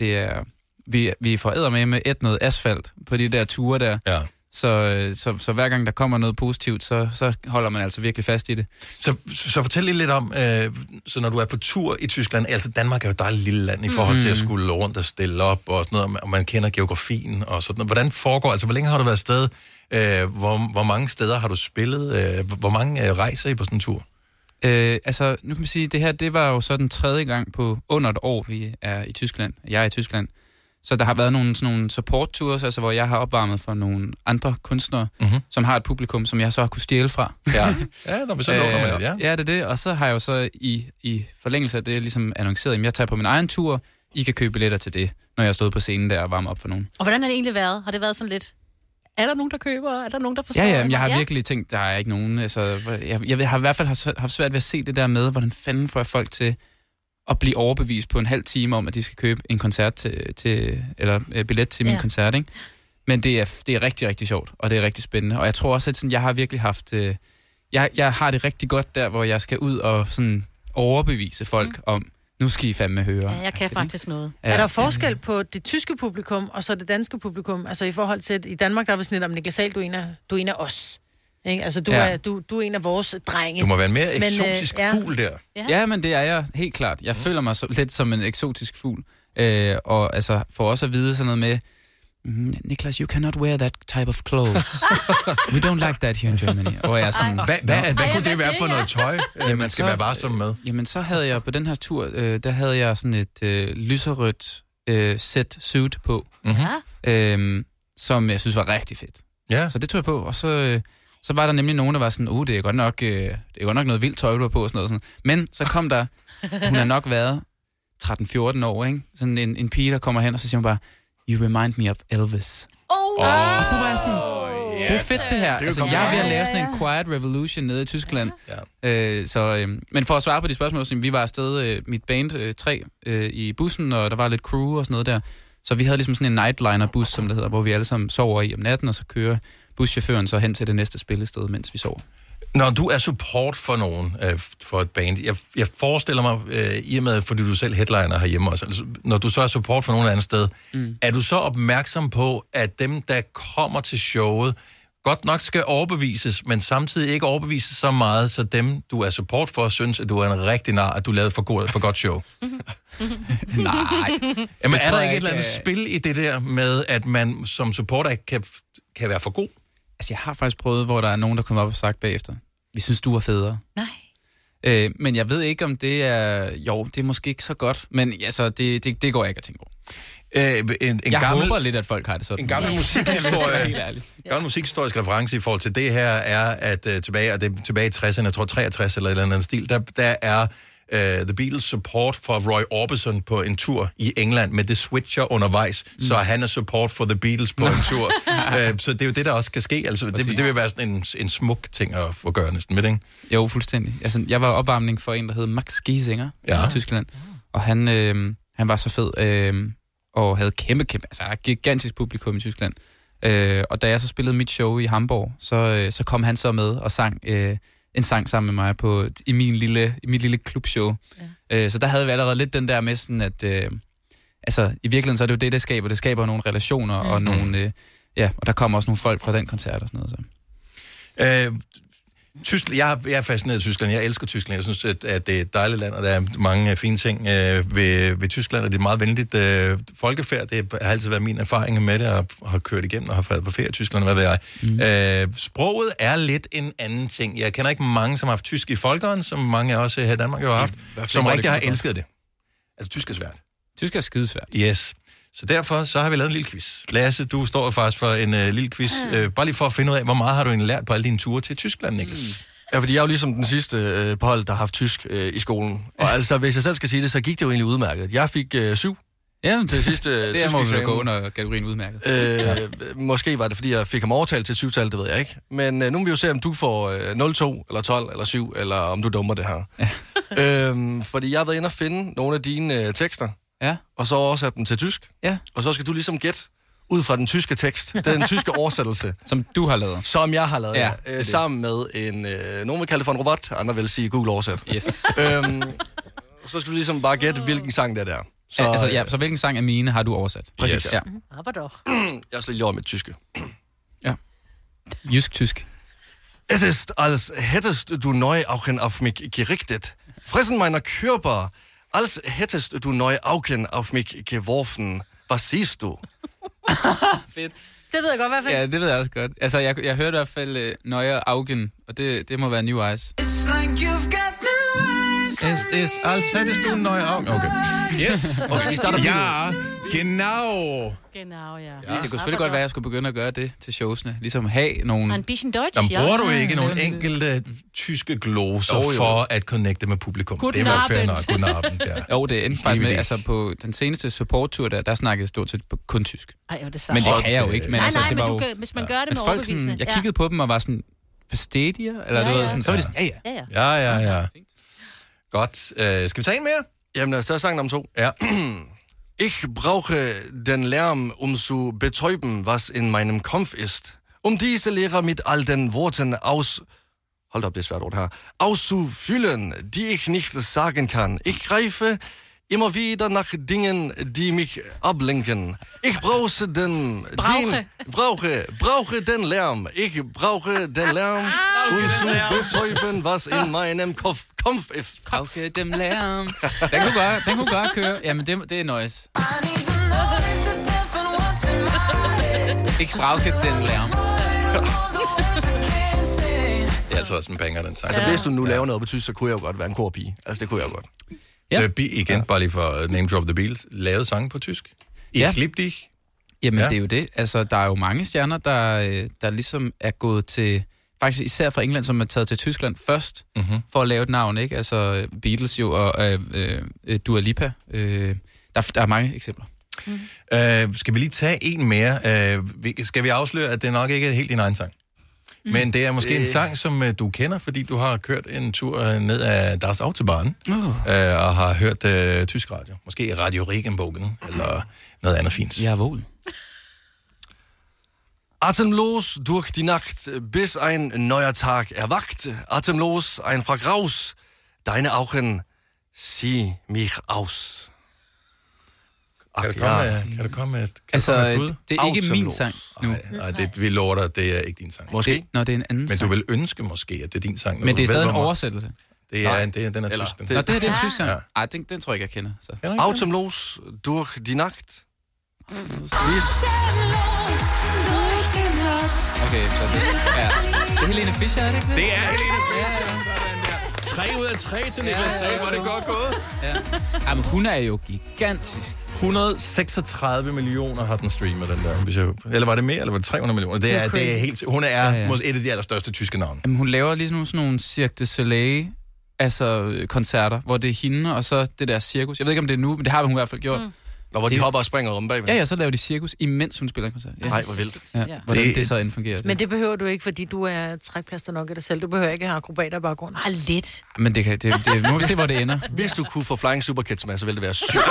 Vi foræder med noget asfalt på de der ture der. Ja. Så hver gang der kommer noget positivt, så holder man altså virkelig fast i det. Så fortæl lidt om, så når du er på tur i Tyskland, altså Danmark er jo et dejligt lille land i forhold til at skulle rundt og stille op og sådan noget, og man kender geografien og sådan noget. Hvordan foregår, altså hvor længe har du været afsted? Hvor mange steder har du spillet? Hvor mange rejser I på sådan en tur? Altså, nu kan man sige, det her, det var jo så den 3. gang på under et år, vi er i Tyskland. Jeg er i Tyskland. Så der har været sådan nogle support-tours, altså hvor jeg har opvarmet for nogle andre kunstnere, som har et publikum, som jeg så har kunne stjæle fra. Ja, når vi så låner med det, ja. Ja, det er det. Og så har jeg jo så i forlængelse af det ligesom annonceret, at jeg tager på min egen tur, I kan købe billetter til det, når jeg stod på scenen der og varmer op for nogen. Og hvordan har det egentlig været? Har det været sådan lidt... Er der nogen, der køber? Er der nogen, der forstår? Ja, jeg har virkelig tænkt, der er ikke nogen... Altså, jeg har i hvert fald haft svært ved at se det der med, hvordan fanden får jeg folk til at blive overbevist på en halv time om, at de skal købe en koncert eller billet til min koncert, ikke? Men det er rigtig, rigtig sjovt, og det er rigtig spændende. Og jeg tror også, at sådan, jeg har virkelig haft... Jeg har det rigtig godt der, hvor jeg skal ud og sådan overbevise folk om, nu skal I fandme høre. Ja, jeg kan faktisk noget. Ja. Er der forskel på det tyske publikum, og så det danske publikum? Altså i forhold til, at i Danmark, der er vi sådan lidt om Niklas Sahl, du er en af os. Ikke? Altså du er en af vores drenge. Du må være en mere eksotisk fugl der. Ja, men det er jeg helt klart. Jeg føler mig lidt som en eksotisk fugl. Og altså, for også at vide sådan noget med, Niklas, you cannot wear that type of clothes. We don't like that here in Germany. Og jeg er sådan, hvad kunne det være for noget tøj, man skal være varsom med? Jamen, så havde jeg på den her tur, der havde jeg sådan et lyserødt set suit på, som jeg synes var rigtig fedt. Ja. Så det tog jeg på, og så var der nemlig nogen, der var sådan, det er godt nok noget vildt tøj, du har på, og sådan noget. Men så kom der, hun har nok været 13-14 år, ikke? Sådan en pige, der kommer hen, og så siger hun bare, you remind me of Elvis. Og så var jeg sådan, Det er fedt, det her. Altså, jeg er ved at lave sådan en quiet revolution nede i Tyskland. Ja. Men for at svare på de spørgsmål, så vi var afsted, mit band 3, i bussen, og der var lidt crew og sådan noget der. Så vi havde ligesom sådan en nightliner-bus, som det hedder, hvor vi alle sammen sover i om natten, og så kører buschaufføren så hen til det næste spillested, mens vi sover. Når du er support for nogen, for et band, jeg forestiller mig, i og med, fordi du selv headliner herhjemme også, altså, når du så er support for nogen andet sted, er du så opmærksom på, at dem, der kommer til showet, godt nok skal overbevises, men samtidig ikke overbevises så meget, så dem, du er support for, synes, at du er en rigtig nar, at du lavede for godt show? Nej. Jamen, er der ikke et eller andet spil i det der med, at man som supporter kan være for god? Altså, jeg har faktisk prøvet, hvor der er nogen, der kommer op og sagt bagefter, vi synes, du er federe. Nej. Men jeg ved ikke, om det er... Jo, det er måske ikke så godt, men altså, det går jeg ikke at tænke over. Jeg håber lidt, at folk har det sådan. En gammel musikhistorisk reference i forhold til det her er, at tilbage i 60'erne, jeg tror 63 eller et eller andet stil, der er The Beatles support for Roy Orbison på en tur i England, men det switcher undervejs, så han er support for The Beatles på en tur. Så det er jo det, der også kan ske. Altså, det vil være sådan en smuk ting at få gøre næsten med, ikke? Jo, fuldstændig. Altså, jeg var opvarmning for en, der hed Max Giesinger i Tyskland, og han var så fed, og havde kæmpe, altså der er gigantisk publikum i Tyskland. Og da jeg så spillede mit show i Hamburg, så kom han så med og sang en sang sammen med mig i mit lille klubshow. Ja. Så der havde vi allerede lidt den der med sådan, at altså i virkeligheden så er det jo det skaber. Det skaber nogle relationer og nogle, og der kommer også nogle folk fra den koncert og sådan noget. Så. Tyskland, jeg er fascineret af Tyskland. Jeg elsker Tyskland. Jeg synes, at det er et dejligt land, og der er mange fine ting ved Tyskland, og det er meget venligt folkefærd. Det har altid været min erfaring med det, og har kørt igennem og har været på ferie i Tyskland, hvad ved jeg. Sproget er lidt en anden ting. Jeg kender ikke mange, som har haft tysk i folkeren, som mange af os her i Danmark har haft, som rigtig har elsket det. Altså, tysk er svært. Tysk er skidesvært. Yes. Så derfor så har vi lavet en lille quiz. Lasse, du står faktisk for en lille quiz. Bare lige for at finde ud af, hvor meget har du egentlig lært på alle dine ture til Tyskland, Niklas? Ja, fordi jeg er jo ligesom den sidste på hold, der har haft tysk i skolen. Og altså, hvis jeg selv skal sige det, så gik det jo egentlig udmærket. Jeg fik 7 til sidste det må vi gå under kategorien udmærket. Måske var det, fordi jeg fik ham overtalt til 7-tal, det ved jeg ikke. Men nu vil vi jo se, om du får 0-2, eller 12, eller 7, eller om du dummer det her. Ja. Fordi jeg har været inde og finde nogle af dine tekster. Ja. Og så oversat den til tysk. Ja. Og så skal du ligesom gætte ud fra den tyske tekst, den tyske oversættelse. Som du har lavet. Som jeg har lavet, ja. Sammen med en, nogen vil kalde det for en robot, andre vil sige Google Oversæt. Yes. Så skal du ligesom bare gætte, hvilken sang det er der. Så, så hvilken sang af mine har du oversat? Præcis. Yes. Ja. Jeg slår lige over med tyske. Ja. Jysk-tysk. Es ist, als hättest du neu Augen auf mich gerichtet. Fressen meiner Körper. Als hättest du neue Augen auf mich geworfen. Was siehst du? Fedt. Det ved jeg godt, hvad fanden. Ja, det ved jeg også godt. Altså, jeg hørte i hvert fald neue Augen, og det må være New Eyes. Es als hättest du neue Augen. Okay. Yes. Okay, vi starter ja, genau. Genau, ja. Det kunne selvfølgelig godt være, at jeg skulle begynde at gøre det til showsene. Ligesom have nogle... Ein bisschen Deutsch, Jamen, bruger du ikke nogle enkelte tyske gloser for at connecte med publikum? Guten det var fair Abend. nok. Guten Abend, ja. Jo, det endte faktisk med, altså på den seneste support-tur der snakkede jeg stort set kun tysk. Ej, det men det kan jeg jo ikke. Men, nej, altså, det men var jo, hvis man gør det med folk sådan, jeg kiggede på dem og var sådan, hvad stadier? Eller du ved, sådan, så var de sådan, ja. Godt. Skal vi tage en mere? Jamen, så er sangen om 2. Ja. Ich brauche den Lärm, um zu betäuben, was in meinem Kopf ist. Diese Lehrer mit all den Worten hold op, det er svært ord her, auszufüllen, die ich nicht sagen kann. Ich greife immer wieder nach Dingen, die mich ablenken. Ich brauche den Lärm. Ich brauche den Lärm, um zu betäuben, was in meinem Kopf ist. Brauche den Lärm. Den kunne godt køre. Jamen, det er noise. Ich brauche den Lärm. Det er altså også en banger, den sang. Altså, hvis du nu laver noget på tysk, så kunne jeg jo godt være en korpige. Altså, det kunne jeg jo godt. Ja. Igen, bare lige for name drop the Beatles, lavet sange på tysk. Ich lieb dich. Jamen, det er jo det. Altså, der er jo mange stjerner, der ligesom er gået til, faktisk især fra England, som er taget til Tyskland først, for at lave et navn, ikke? Altså, Beatles jo, og Dua Lipa. Der er mange eksempler. Skal vi lige tage en mere? Skal vi afsløre, at det nok ikke er helt din egen sang? Men det er måske en sang, som du kender, fordi du har kørt en tur ned ad Das Autobahn, og har hørt tysk radio. Måske Radio Regenbogen, eller noget andet fint. Jawohl. Atemlos durch die Nacht, bis ein neuer Tag erwacht. Atemlos, ein Vergraus. Deine Augen, sieh mich aus. Kan du komme med et bud? Det er ikke min sang nu. Nej, vi lover dig, det er ikke din sang. Måske. Når det er en anden Men sang. du vil ønske måske, at det er din sang. Men det er stadig en oversættelse. Den er tysk. Nå, det er en tysk sang. Ej, den tror jeg ikke, jeg kender. Så. Atemlos durch die Nacht. Okay, så det er Helene Fischer, er det ikke det? Det er Helene Fischer. 3 ud af 3 til Niklas Sahl. Var det godt gået? Ja. Jamen, hun er jo gigantisk. 136 millioner har den streamet, den der. Eller var det mere, eller var det 300 millioner? Det er helt... Hun er et af de allerstørste tyske navne. Jamen, hun laver ligesom sådan nogle Cirque du Soleil, altså koncerter, hvor det er hende, og så det der cirkus. Jeg ved ikke, om det er nu, men det har hun i hvert fald gjort. Hvor de hopper og springer om bagved. Ja, så laver de cirkus, imens hun spiller en koncert. Ja. Nej, hvor vildt. Ja. Hvordan det så indfungerer. Men det behøver du ikke, fordi du er trækplaster nok af dig selv. Du behøver ikke have akrobater i baggrunden. Lidt. Men det må vi se, hvor det ender. Hvis du kunne få Flying Superkids med, så ville det være sygt.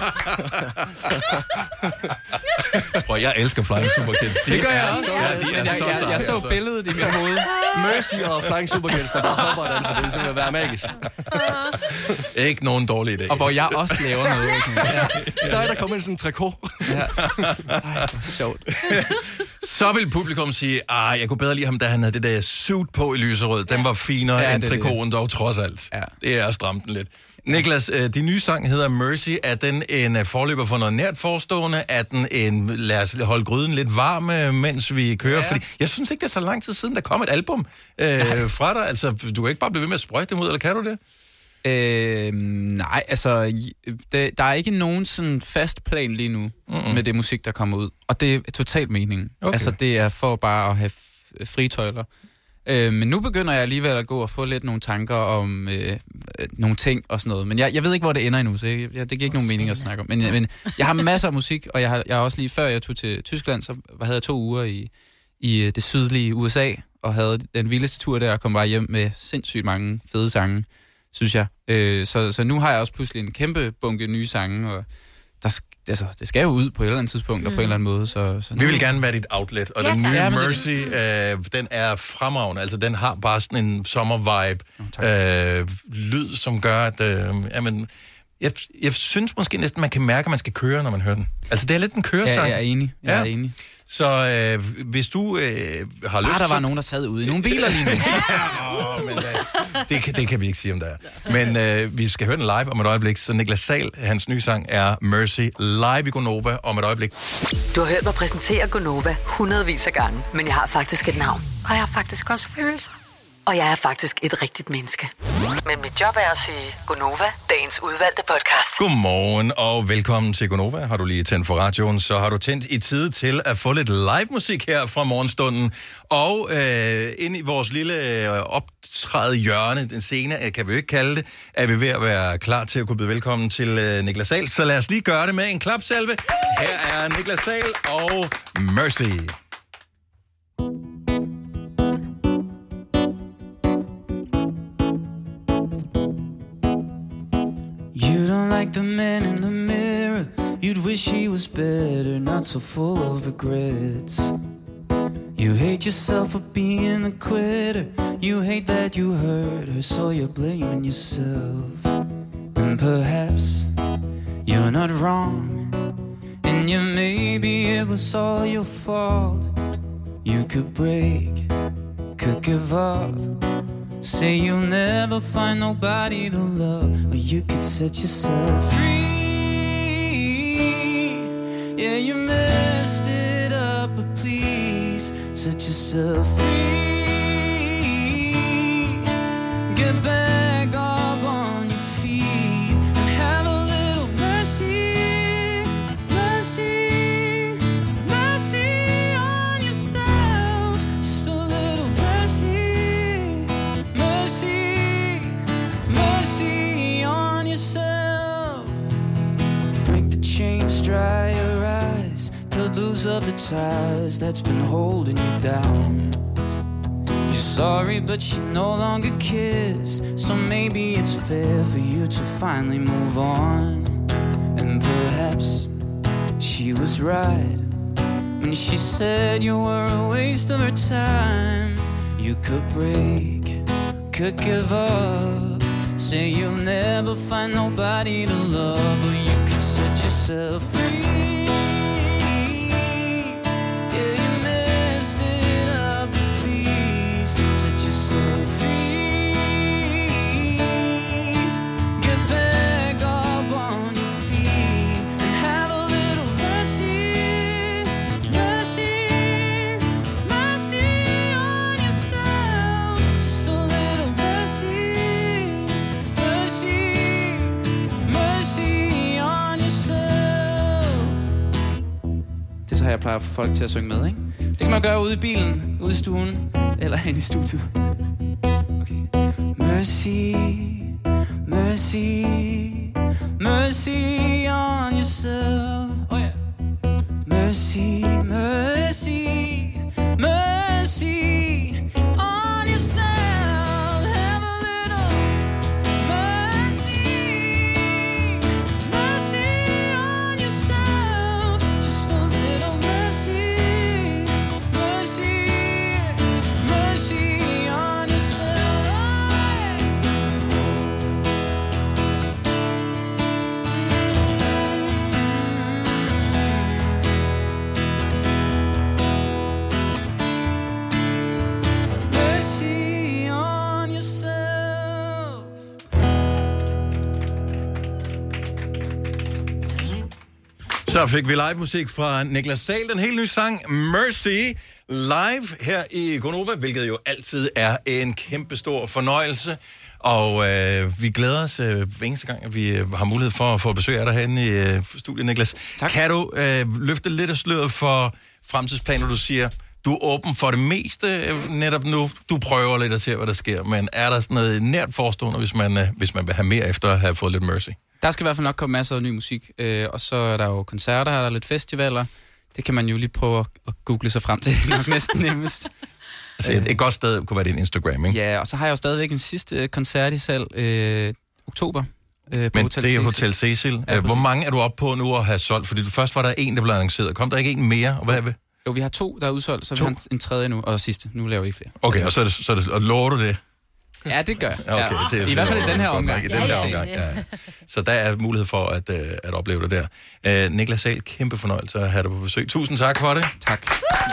Prøv, jeg elsker Flying Superkids. Det gør jeg også. Ja, de er så seje. Jeg så billedet i mit hoved. Mercy og Flying Superkids, der bare hopper den, så det vil simpelthen være magisk. Ikke nogen dårlig idé. Og hvor jeg også laver noget. Der kommer ind sådan en trikot. Ja. Ej, hvor sjovt. Så vil publikum sige, jeg kunne bedre lide ham, da han havde det der suit på i lyserød. Den var finere end trikoten dog, trods alt. Ja. Det er at stramme den lidt. Niklas, din nye sang hedder Mercy. Er den en forløber for noget nært forestående? Er den en, lad os holde gryden lidt varm, mens vi kører? Ja. Fordi jeg synes ikke, det er så lang tid siden, der kom et album fra dig. Altså, du kan ikke bare blive ved med at sprøjte dem ud, eller kan du det? Nej, altså, der er ikke nogen sådan fast plan lige nu med det musik, der kommer ud. Og det er totalt meningen. Okay. Altså, det er for bare at have fritøjler. Men nu begynder jeg alligevel at gå og få lidt nogle tanker om nogle ting og sådan noget. Men jeg ved ikke, hvor det ender endnu, så det giver ikke nogen mening at snakke om. Men jeg har masser af musik, og jeg har også lige før jeg tog til Tyskland, så havde jeg 2 uger i det sydlige USA, og havde den vildeste tur der, og kom bare hjem med sindssygt mange fede sange, synes jeg. Så nu har jeg også pludselig en kæmpe bunke nye sange, og det skal jo ud på et eller andet tidspunkt, og på en eller anden måde. Så vi vil gerne være dit outlet, og den nye Mercy, den er fremragende. Altså, den har bare sådan en sommer-vibe, lyd, som gør, at... jeg synes måske næsten, man kan mærke, at man skal køre, når man hører den. Altså, det er lidt en køresang. Ja, jeg er enig. Så hvis du har lyst der var nogen, der sad ude i nogle biler lige nu. Det kan vi ikke sige, om der er. Men vi skal høre den live om et øjeblik. Så Niklas Sahl, hans nye sang er Mercy, live i Gonova om et øjeblik. Du har hørt mig præsentere Gonova hundredvis af gange, men jeg har faktisk et navn. Og jeg har faktisk også følelser. Og jeg er faktisk et rigtigt menneske. Men mit job er at sige Gonova, dagens udvalgte podcast. Godmorgen og velkommen til Gonova. Har du lige tændt for radioen, så har du tændt i tide til at få lidt live musik her fra morgenstunden. Og ind i vores lille optræde hjørne, den scene, kan vi jo ikke kalde det, er vi ved at være klar til at kunne byde velkommen til Niklas Sahl. Så lad os lige gøre det med en klapsalve. Her er Niklas Sahl og Mercy. You don't like the man in the mirror. You'd wish he was better, not so full of regrets. You hate yourself for being a quitter. You hate that you hurt her, so you're blaming yourself. And perhaps you're not wrong, and maybe it was all your fault. You could break, could give up, say you'll never find nobody to love, or you could set yourself free. Yeah, you messed it up, but please set yourself free. Get back up on your feet and have a little mercy, mercy, mercy on yourself. Just a little mercy, mercy, mercy on yourself. Break the chains, dry your blues of the ties that's been holding you down. You're sorry, but you no longer kiss, so maybe it's fair for you to finally move on. And perhaps she was right when she said you were a waste of her time. You could break, could give up, say you'll never find nobody to love, or you could set yourself free. Yeah, you messed it up, please set yourself free. Get back up on your feet and have a little mercy, mercy, mercy on yourself. Just a little mercy, mercy, mercy on yourself. Det er så her, jeg plejer at få folk til at synge med, ikke? Det kan man gøre ude i bilen, ude i stuen, eller hen i studiet. Okay. Mercy, mercy, mercy on yourself. Oh yeah. Mercy, mercy, mercy on yourself. Have a little mercy, mercy on yourself. Just a little mercy, mercy, mercy on yourself. Mercy on yourself. Så fik vi live musik fra Niklas Sahl, den helt nye sang Mercy, live her i Gonova, hvilket jo altid er en kæmpestor fornøjelse. Og vi glæder os hver eneste gang, at vi har mulighed for at få besøg af dig herinde i studiet, Niklas. Tak. Kan du løfte lidt af sløret for fremtidsplaner, du siger, du er åben for det meste netop nu. Du prøver lidt at se, hvad der sker, men er der sådan noget nært forestående, hvis man vil have mere efter at have fået lidt Mercy? Der skal i hvert fald nok komme masser af ny musik, og så er der jo koncerter, der er lidt festivaler. Det kan man jo lige prøve at google sig frem til, nok næsten nemmest. Altså et godt sted kunne være din Instagram, ikke? Ja, og så har jeg jo stadigvæk en sidste koncert i salg oktober. På Men Hotel det er Cecil. Hotel Cecil. Ja, Hvor mange er du oppe på nu at have solgt? Fordi først var der en, der blev annonceret. Kom der ikke en mere? Og hvad er det? Jo, vi har 2, der er udsolgt, så vi har en tredje nu, og sidste. Nu laver vi ikke flere. Okay, og så er det, og lover du det? Ja, det gør jeg. Okay, ja. det er I hvert fald i den her godt omgang. nok, i den her omgang, ja. Så der er mulighed for at opleve det der. Niklas Sahl, kæmpe fornøjelse at have dig på besøg. Tusind tak for det. Tak.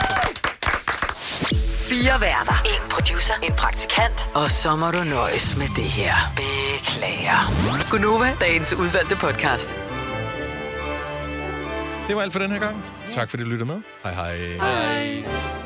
4 værter. 1 producer. 1 praktikant. Og så må du nøjes med det her. Beklager. Gonova, dagens udvalgte podcast. Det var alt for den her gang. Tak fordi du lyttede med. Hej hej. Hej.